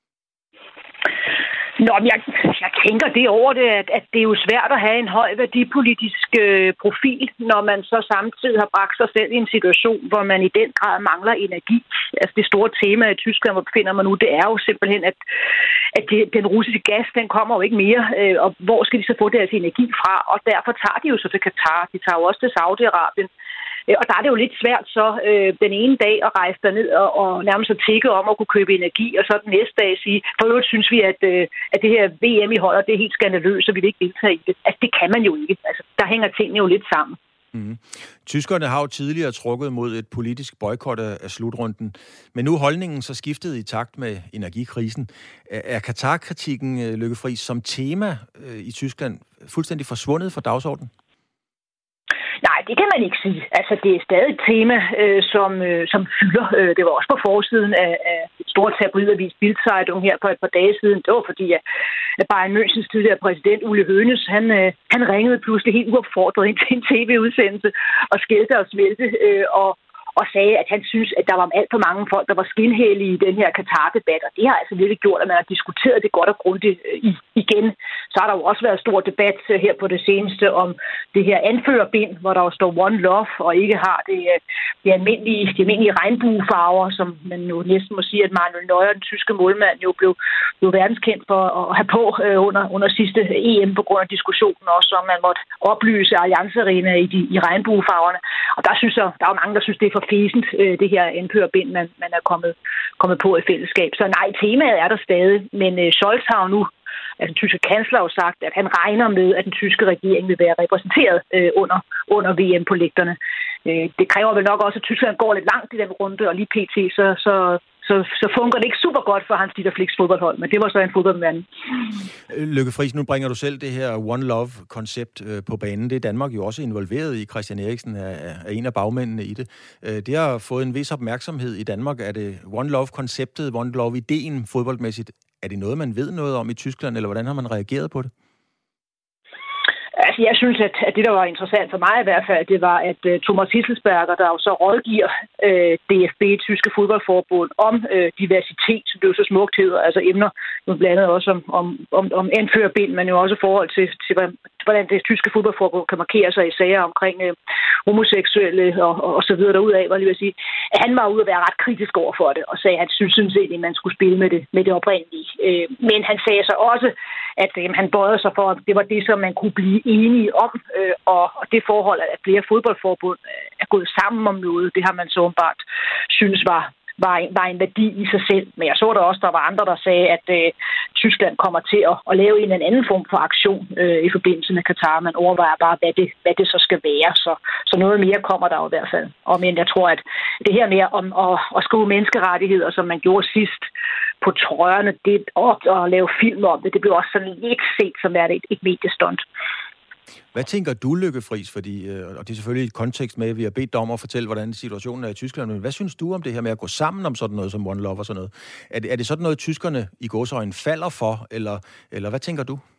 Nå, men jeg tænker det over det, at det er jo svært at have en høj værdipolitisk profil, når man så samtidig har bragt sig selv i en situation, hvor man i den grad mangler energi. Altså det store tema i Tyskland, hvor befinder man nu, det er jo simpelthen, at den russiske gas, den kommer jo ikke mere, og hvor skal de så få deres energi fra? Og derfor tager de jo så til Katar, de tager jo også til Saudi-Arabien. Og der er det jo lidt svært så den ene dag at rejse derned og nærmest at tikke om at kunne købe energi, og så den næste dag sige, for øvrigt synes vi, at det her VM i holder, det er helt skandaløst, og vi vil ikke deltage i det. Altså det kan man jo ikke. Altså der hænger tingene jo lidt sammen. Mm. Tyskerne har jo tidligere trukket mod et politisk boykot af slutrunden, men nu er holdningen så skiftet i takt med energikrisen. Er Katar-kritikken, Lykke Friis, som tema i Tyskland fuldstændig forsvundet fra dagsordenen? Nej, det kan man ikke sige. Altså, det er stadig et tema, som fylder. Det var også på forsiden af et stort tabloidavis Bild-Zeitung her for et par dage siden. Det var fordi, at Bayern Münchens tidligere præsident, Uli Hoeneß, han ringede pludselig helt uopfordret ind til en tv-udsendelse og skældte og svælte og sagde, at han synes, at der var alt for mange folk, der var skinhellige i den her Katar-debat, og det har altså virkelig gjort, at man har diskuteret det godt og grundigt igen. Så har der jo også været stor debat her på det seneste om det her anførerbind, hvor der jo står One Love, og ikke har de almindelige regnbuefarver, som man jo næsten må sige, at Manuel Neuer, den tyske målmand, jo blev verdenskendt for at have på under sidste EM på grund af diskussionen også, om man måtte oplyse Allianz Arena i regnbuefarverne. Og der synes jeg, der er jo mange, der synes, det er for fæsent, det her anførerbind, man er kommet på i fællesskab. Så nej, temaet er der stadig, men Scholz har jo nu, altså den tyske kansler, jo sagt, at han regner med, at den tyske regering vil være repræsenteret under VM på lægterne. Det kræver vel nok også, at Tyskland går lidt langt i den runde, og lige pt. Så fungerer det ikke super godt for Hans Dieter Flicks fodboldhold, men det var så en fodboldmand. Lykke Friis, nu bringer du selv det her One Love-koncept på banen. Det er Danmark jo også involveret i. Christian Eriksen er en af bagmændene i det. Det har fået en vis opmærksomhed i Danmark. Er det One Love-konceptet, One Love-ideen fodboldmæssigt? Er det noget, man ved noget om i Tyskland, eller hvordan har man reageret på det? Altså, jeg synes, at det, der var interessant for mig i hvert fald, det var, at Thomas Hitzelsberger, der jo så rådgiver DFB, Tyske Fodboldforbund, om diversitet, som det jo så smukt hedder, altså emner, nu blandt andet også om anførerbind, men jo også i forhold til hvordan det tyske fodboldforbund kan markere sig i sager omkring homoseksuelle og så videre derudaf, var lige at sige. Han var ude at være ret kritisk over for det, og sagde, at han synes at man skulle spille med det oprindelige. Men han sagde så også, at han bøjede sig for, at det var det, som man kunne blive enige om, og det forhold, at flere fodboldforbund er gået sammen om noget, det har man så åbenbart synes var en værdi i sig selv. Men jeg så der også, der var andre, der sagde, at Tyskland kommer til at lave en eller anden form for aktion i forbindelse med Katar. Man overvejer bare, hvad det så skal være. Så noget mere kommer der jo i hvert fald. Men jeg tror, at det her med at skrive menneskerettigheder, som man gjorde sidst på trøjerne, det at lave film om det blev også sådan lidt set som et mediestunt. Hvad tænker du, Lykke Friis? Fordi, og det er selvfølgelig et kontekst med, at vi har bedt dig om at fortælle, hvordan situationen er i Tyskland. Men hvad synes du om det her med at gå sammen om sådan noget som One Love og sådan noget? Er det sådan noget, tyskerne i gåseøjne falder for, eller hvad tænker du?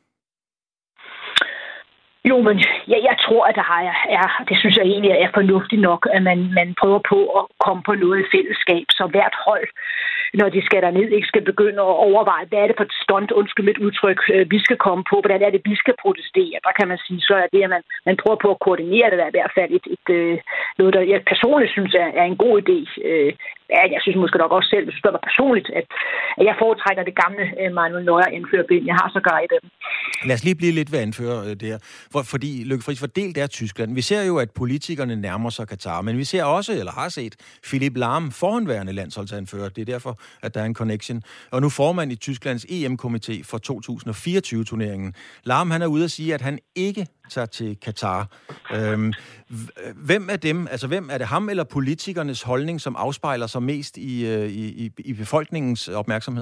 Jo, men jeg tror, at det synes jeg egentlig er fornuftigt nok, at man prøver på at komme på noget i fællesskab, så hvert hold, når de skal derned, ikke skal begynde at overveje, hvad er det for et stunt, undskyld mit udtryk, vi skal komme på, hvordan er det, vi skal protestere. Der kan man sige, så er det, at man prøver på at koordinere det, der i hvert fald noget, der jeg personligt synes er en god idé. Jeg synes måske nok også selv, hvis du spørger mig personligt, at jeg foretrækker det gamle Manuel Neuer anførerbind. Jeg har sågar et af dem. Lad os lige blive lidt ved at anføre det her. Fordi, Lykke Friis, fordelt er Tyskland. Vi ser jo, at politikerne nærmer sig Katar, men vi ser også, eller har set, Philipp Lahm, forhenværende landsholdsanfører. Det er derfor, at der er en connection. Og nu formand i Tysklands EM-komité for 2024-turneringen. Lahm, han er ude at sige, at han ikke tager til Katar. Hvem er dem? Altså, hvem er det ham eller politikernes holdning, som afspejler sig mest i befolkningens opmærksomhed?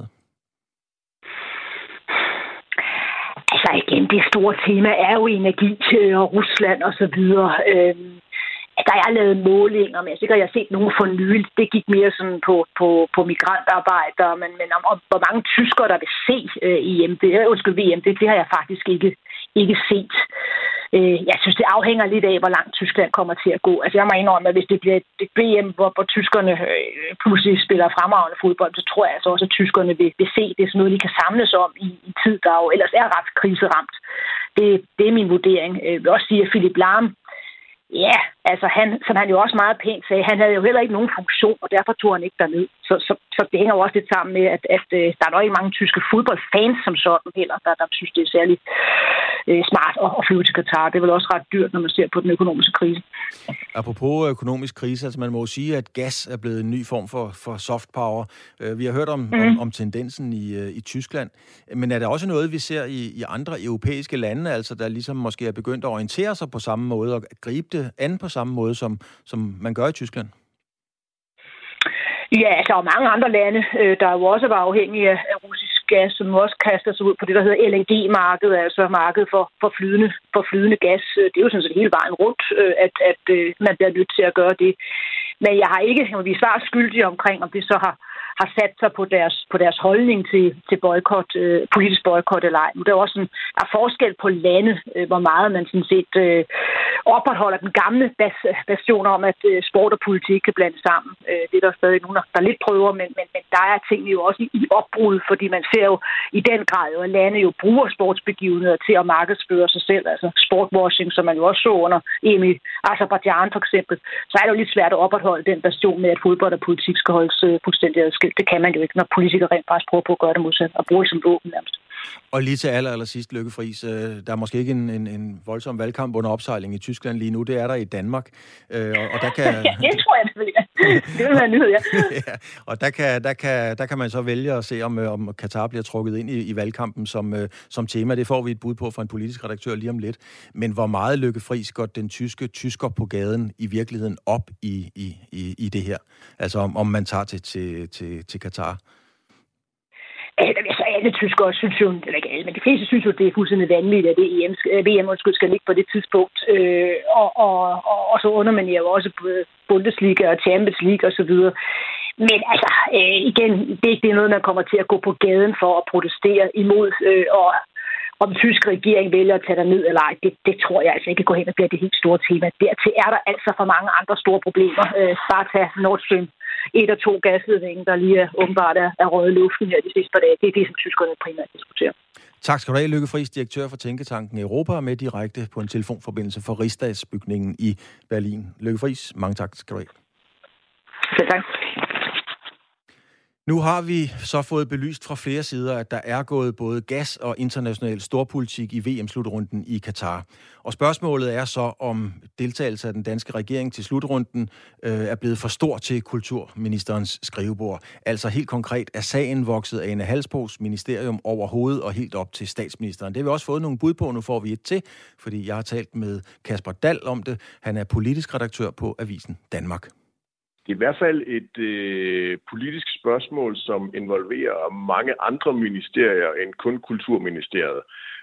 Altså igen, det store tema er jo energi og Rusland og så videre. Der er lavet målinger, men jeg har set nogle for nylig. Det gik mere sådan på migrantarbejdere, men om hvor mange tyskere, der vil se VM, det har jeg faktisk ikke set. Jeg synes, det afhænger lidt af, hvor langt Tyskland kommer til at gå. Altså, jeg må indrømme, at hvis det bliver et VM, hvor tyskerne pludselig spiller fremragende fodbold, så tror jeg altså også, at tyskerne vil se det sådan noget, de kan samles om i tid, der jo ellers er ret kriseramt. Det er min vurdering. Jeg vil også sige, at Philipp Lahm, ja, altså som han jo også meget pænt sagde, han havde jo heller ikke nogen funktion, og derfor tog han ikke derned. Så det hænger jo også lidt sammen med, at der er nok ikke mange tyske fodboldfans som sådan heller, der synes, det er særlig smart at flyve til Katar. Det er vel også ret dyrt, når man ser på den økonomiske krise. Apropos økonomisk krise, altså man må jo sige, at gas er blevet en ny form for soft power. Vi har hørt om tendensen i Tyskland, men er der også noget, vi ser i andre europæiske lande, altså der ligesom måske er begyndt at orientere sig på samme måde og gribe det an på samme måde, som man gør i Tyskland? Ja, altså og mange andre lande, der jo også var afhængige af russisk gas, som også kaster sig ud på det, der hedder LNG-markedet, altså markedet for flydende gas. Det er jo sådan set hele vejen rundt, at man bliver nødt til at gøre det. Men jeg har ikke, vi er svært skyldige omkring, om det så har sat sig på deres holdning til boykot, politisk boykot eller ej. Der er også der er forskel på lande, hvor meget man sådan set opretholder den gamle bastion om, at sport og politik kan blandes sammen. Det er der stadig nogen, der lidt prøver, men der er tingene jo også i opbrud, fordi man ser jo i den grad, at lande jo bruger sportsbegivenheder til at markedsføre sig selv, altså sportwashing, som man jo også så under EM i Aserbajdsjan for eksempel. Så er det jo lidt svært at opretholde den bastion med, at fodbold og politik skal holdes fuldstændig adskilt. Det kan man jo ikke, når politikere rent faktisk prøver på at gøre det modsat og bruge det som våben nærmest. Og lige til aller sidst, Lykke Friis, der er måske ikke en voldsom valgkamp under opsejling i Tyskland lige nu. Det er der i Danmark. Og der kan... ja, det tror jeg, det vil være nyhed, ja. Ja. Og der kan man så vælge at se, om Katar bliver trukket ind i valgkampen som tema. Det får vi et bud på fra en politisk redaktør lige om lidt. Men hvor meget, Lykke Friis, går den tysker på gaden i virkeligheden op i det her? Altså om man tager til Katar? Altså alle tyskere synes jo, eller ikke alle, men de fleste synes jo, det er fuldstændig vanvittigt, at det VM skal ligge på det tidspunkt. Og så underminerer jo også Bundesliga og Champions League og så videre. Men altså, igen, det er ikke noget, man kommer til at gå på gaden for at protestere imod, og om den tyske regering vælger at tage ned eller ej, det tror jeg altså ikke går hen og bliver det helt store tema. Dertil er der altså for mange andre store problemer. Bare tage Nord Stream 1 og 2 gasledningen, der lige åbenbart er røget i luften her de sidste par dage. Det er det, som tyskerne primært diskuterer. Tak skal du have, Lykke Friis, direktør for Tænketanken Europa, med direkte på en telefonforbindelse for Rigsdagsbygningen i Berlin. Lykke Friis, mange tak skal du have. Selv tak. Nu har vi så fået belyst fra flere sider, at der er gået både gas og international storpolitik i VM-slutrunden i Katar. Og spørgsmålet er så, om deltagelse af den danske regering til slutrunden er blevet for stor til kulturministerens skrivebord. Altså helt konkret, er sagen vokset af Ane Halsboes ministerium over hovedet og helt op til statsministeren. Det har vi også fået nogle bud på, nu får vi et til, fordi jeg har talt med Kasper Dahl om det. Han er politisk redaktør på Avisen Danmark. Det er i hvert fald et politisk spørgsmål, som involverer mange andre ministerier end kun Kulturministeriet.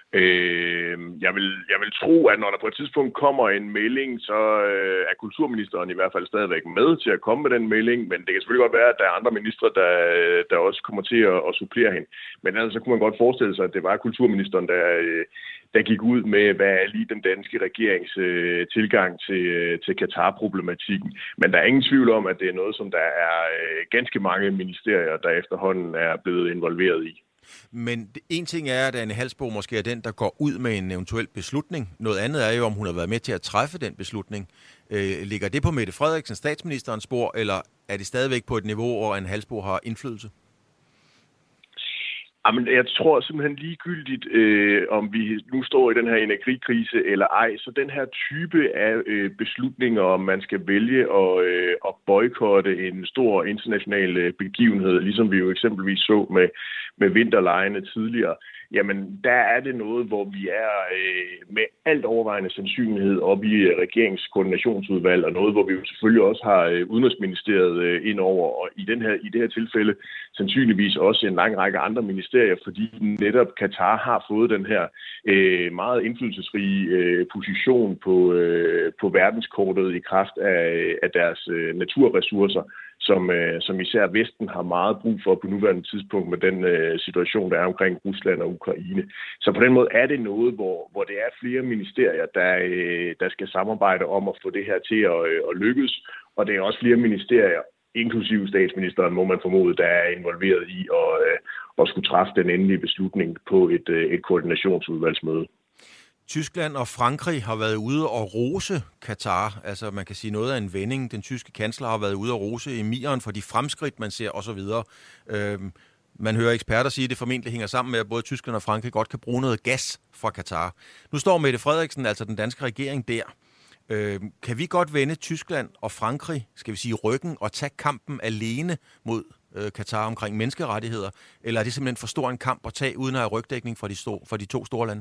Jeg vil tro, at når der på et tidspunkt kommer en melding, så er kulturministeren i hvert fald stadigvæk med til at komme med den melding, men det kan selvfølgelig godt være, at der er andre ministre, der også kommer til at supplere hende. Men altså, så kunne man godt forestille sig, at det var kulturministeren, der gik ud med, hvad er lige den danske regerings tilgang til Katar-problematikken. Men der er ingen tvivl om, at det er noget, som der er ganske mange ministerier, der efterhånden er blevet involveret i. Men en ting er, at Ane Halsboe måske er den, der går ud med en eventuel beslutning. Noget andet er jo, om hun har været med til at træffe den beslutning. Ligger det på Mette Frederiksen, statsministerens spor, eller er det stadigvæk på et niveau, hvor Ane Halsboe har indflydelse? Jamen, jeg tror simpelthen ligegyldigt, om vi nu står i den her energikrise eller ej, så den her type af beslutninger, om man skal vælge at boykotte en stor international begivenhed, ligesom vi jo eksempelvis så med vinterlegene tidligere, jamen der er det noget, hvor vi er med alt overvejende sandsynlighed oppe i regeringskoordinationsudvalg, og noget, hvor vi jo selvfølgelig også har Udenrigsministeriet ind over, og i det her tilfælde sandsynligvis også en lang række andre ministerier, fordi netop Katar har fået den her meget indflydelsesrige position på verdenskortet i kraft af deres naturressourcer, som især Vesten har meget brug for på nuværende tidspunkt med den situation, der er omkring Rusland og Ukraine. Så på den måde er det noget, hvor det er flere ministerier, der skal samarbejde om at få det her til at lykkes, og det er også flere ministerier, inklusive statsministeren, må man formode, der er involveret i at skulle træffe den endelige beslutning på et koordinationsudvalgsmøde. Tyskland og Frankrig har været ude og rose Katar. Altså man kan sige noget af en vending. Den tyske kansler har været ude og rose emiren for de fremskridt, man ser osv. Man hører eksperter sige, at det formentlig hænger sammen med, at både Tyskland og Frankrig godt kan bruge noget gas fra Katar. Nu står Mette Frederiksen, altså den danske regering, der. Kan vi godt vende Tyskland og Frankrig, skal vi sige, ryggen og tage kampen alene mod Katar omkring menneskerettigheder? Eller er det simpelthen for stor en kamp at tage, uden at have rygdækning fra de to store lande?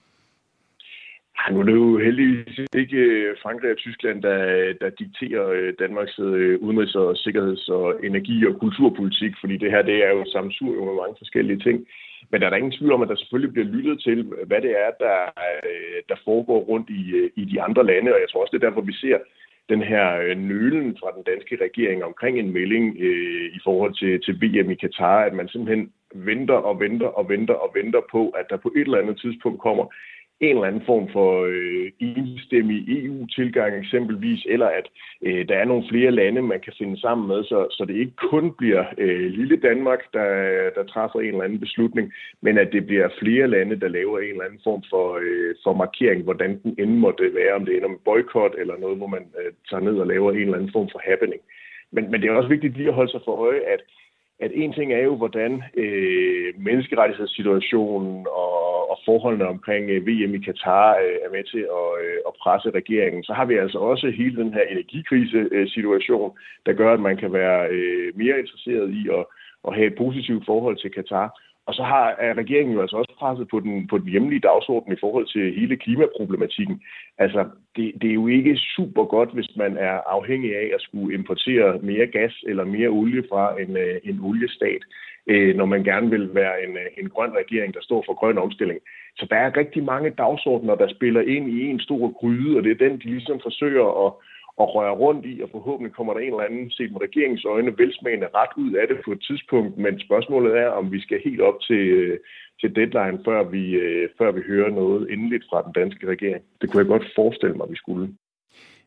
Nu er det jo heldigvis ikke Frankrig og Tyskland, der dikterer Danmarks udenrigs- og sikkerheds- og energi- og kulturpolitik, fordi det her det er jo et sammensurium med mange forskellige ting. Men der er ingen tvivl om, at der selvfølgelig bliver lyttet til, hvad det er, der foregår rundt i de andre lande, og jeg tror også, det er derfor, vi ser den her nølen fra den danske regering omkring en melding i forhold til VM i Katar, at man simpelthen venter på, at der på et eller andet tidspunkt kommer en eller anden form for enstemmig EU-tilgang eksempelvis, eller at der er nogle flere lande, man kan finde sammen med, så det ikke kun bliver lille Danmark, der træffer en eller anden beslutning, men at det bliver flere lande, der laver en eller anden form for markering, hvordan den end måtte være, om det ender med boykot eller noget, hvor man tager ned og laver en eller anden form for happening. Men det er også vigtigt lige at holde sig for øje, at en ting er jo, hvordan menneskerettighedssituationen og forholdene omkring VM i Katar er med til at presse regeringen. Så har vi altså også hele den her energikrise-situation, der gør, at man kan være mere interesseret i at have et positivt forhold til Katar. Og så har regeringen jo altså også presset på den hjemlige dagsorden i forhold til hele klimaproblematikken. Altså, det er jo ikke super godt, hvis man er afhængig af at skulle importere mere gas eller mere olie fra en oliestat, når man gerne vil være en grøn regering, der står for grøn omstilling. Så der er rigtig mange dagsordener, der spiller ind i en stor gryde, og det er den, de ligesom forsøger at røre rundt i, og forhåbentlig kommer der en eller anden, set med regeringens øjne, velsmagende ret ud af det på et tidspunkt, men spørgsmålet er, om vi skal helt op til deadline, før vi hører noget endeligt fra den danske regering. Det kunne jeg godt forestille mig, vi skulle.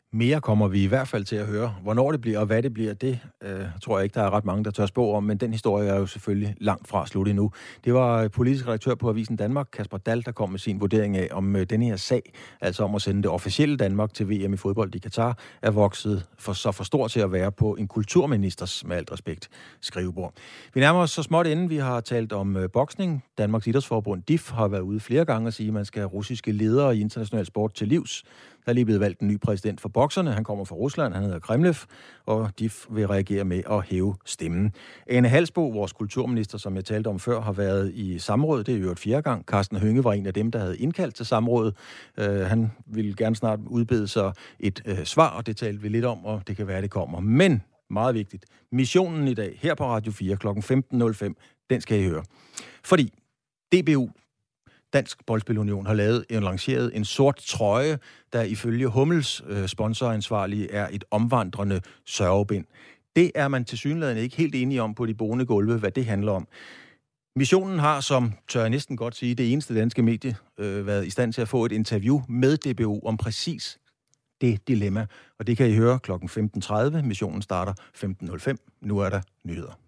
Mere kommer vi i hvert fald til at høre. Hvornår det bliver og hvad det bliver, det tror jeg ikke, der er ret mange, der tør spå om, men den historie er jo selvfølgelig langt fra slut endnu. Det var politisk redaktør på Avisen Danmark, Kasper Dahl, der kom med sin vurdering af, om denne her sag, altså om at sende det officielle Danmark til VM i fodbold i Katar, er vokset for stor til at være på en kulturministers, med alt respekt, skrivebord. Vi nærmer os så småt inden. Vi har talt om boksning. Danmarks Idrætsforbund, DIF, har været ude flere gange og sige, at man skal have russiske ledere i international sport til livs. Der er lige blevet valgt en ny præsident for bokserne. Han kommer fra Rusland, han hedder Kremlev, og DIF vil reagere med at hæve stemmen. Ane Halsbo, vores kulturminister, som jeg talte om før, har været i samråd. Det er jo et 4. gang. Carsten Hønge var en af dem, der havde indkaldt til samrådet. Han ville gerne snart udbede sig et svar, og det talte vi lidt om, og det kan være, det kommer. Men, meget vigtigt, missionen i dag, her på Radio 4 kl. 15.05, den skal I høre. Fordi DBU, Dansk Boldspilunion, har lanceret en sort trøje, der ifølge Hummels sponsoransvarlige er et omvandrende sørgebind. Det er man tilsyneladende ikke helt enige om på de boende gulve, hvad det handler om. Missionen har, som tør jeg næsten godt sige, det eneste danske medie været i stand til at få et interview med DBU om præcis det dilemma. Og det kan I høre kl. 15.30. Missionen starter 15.05. Nu er der nyheder.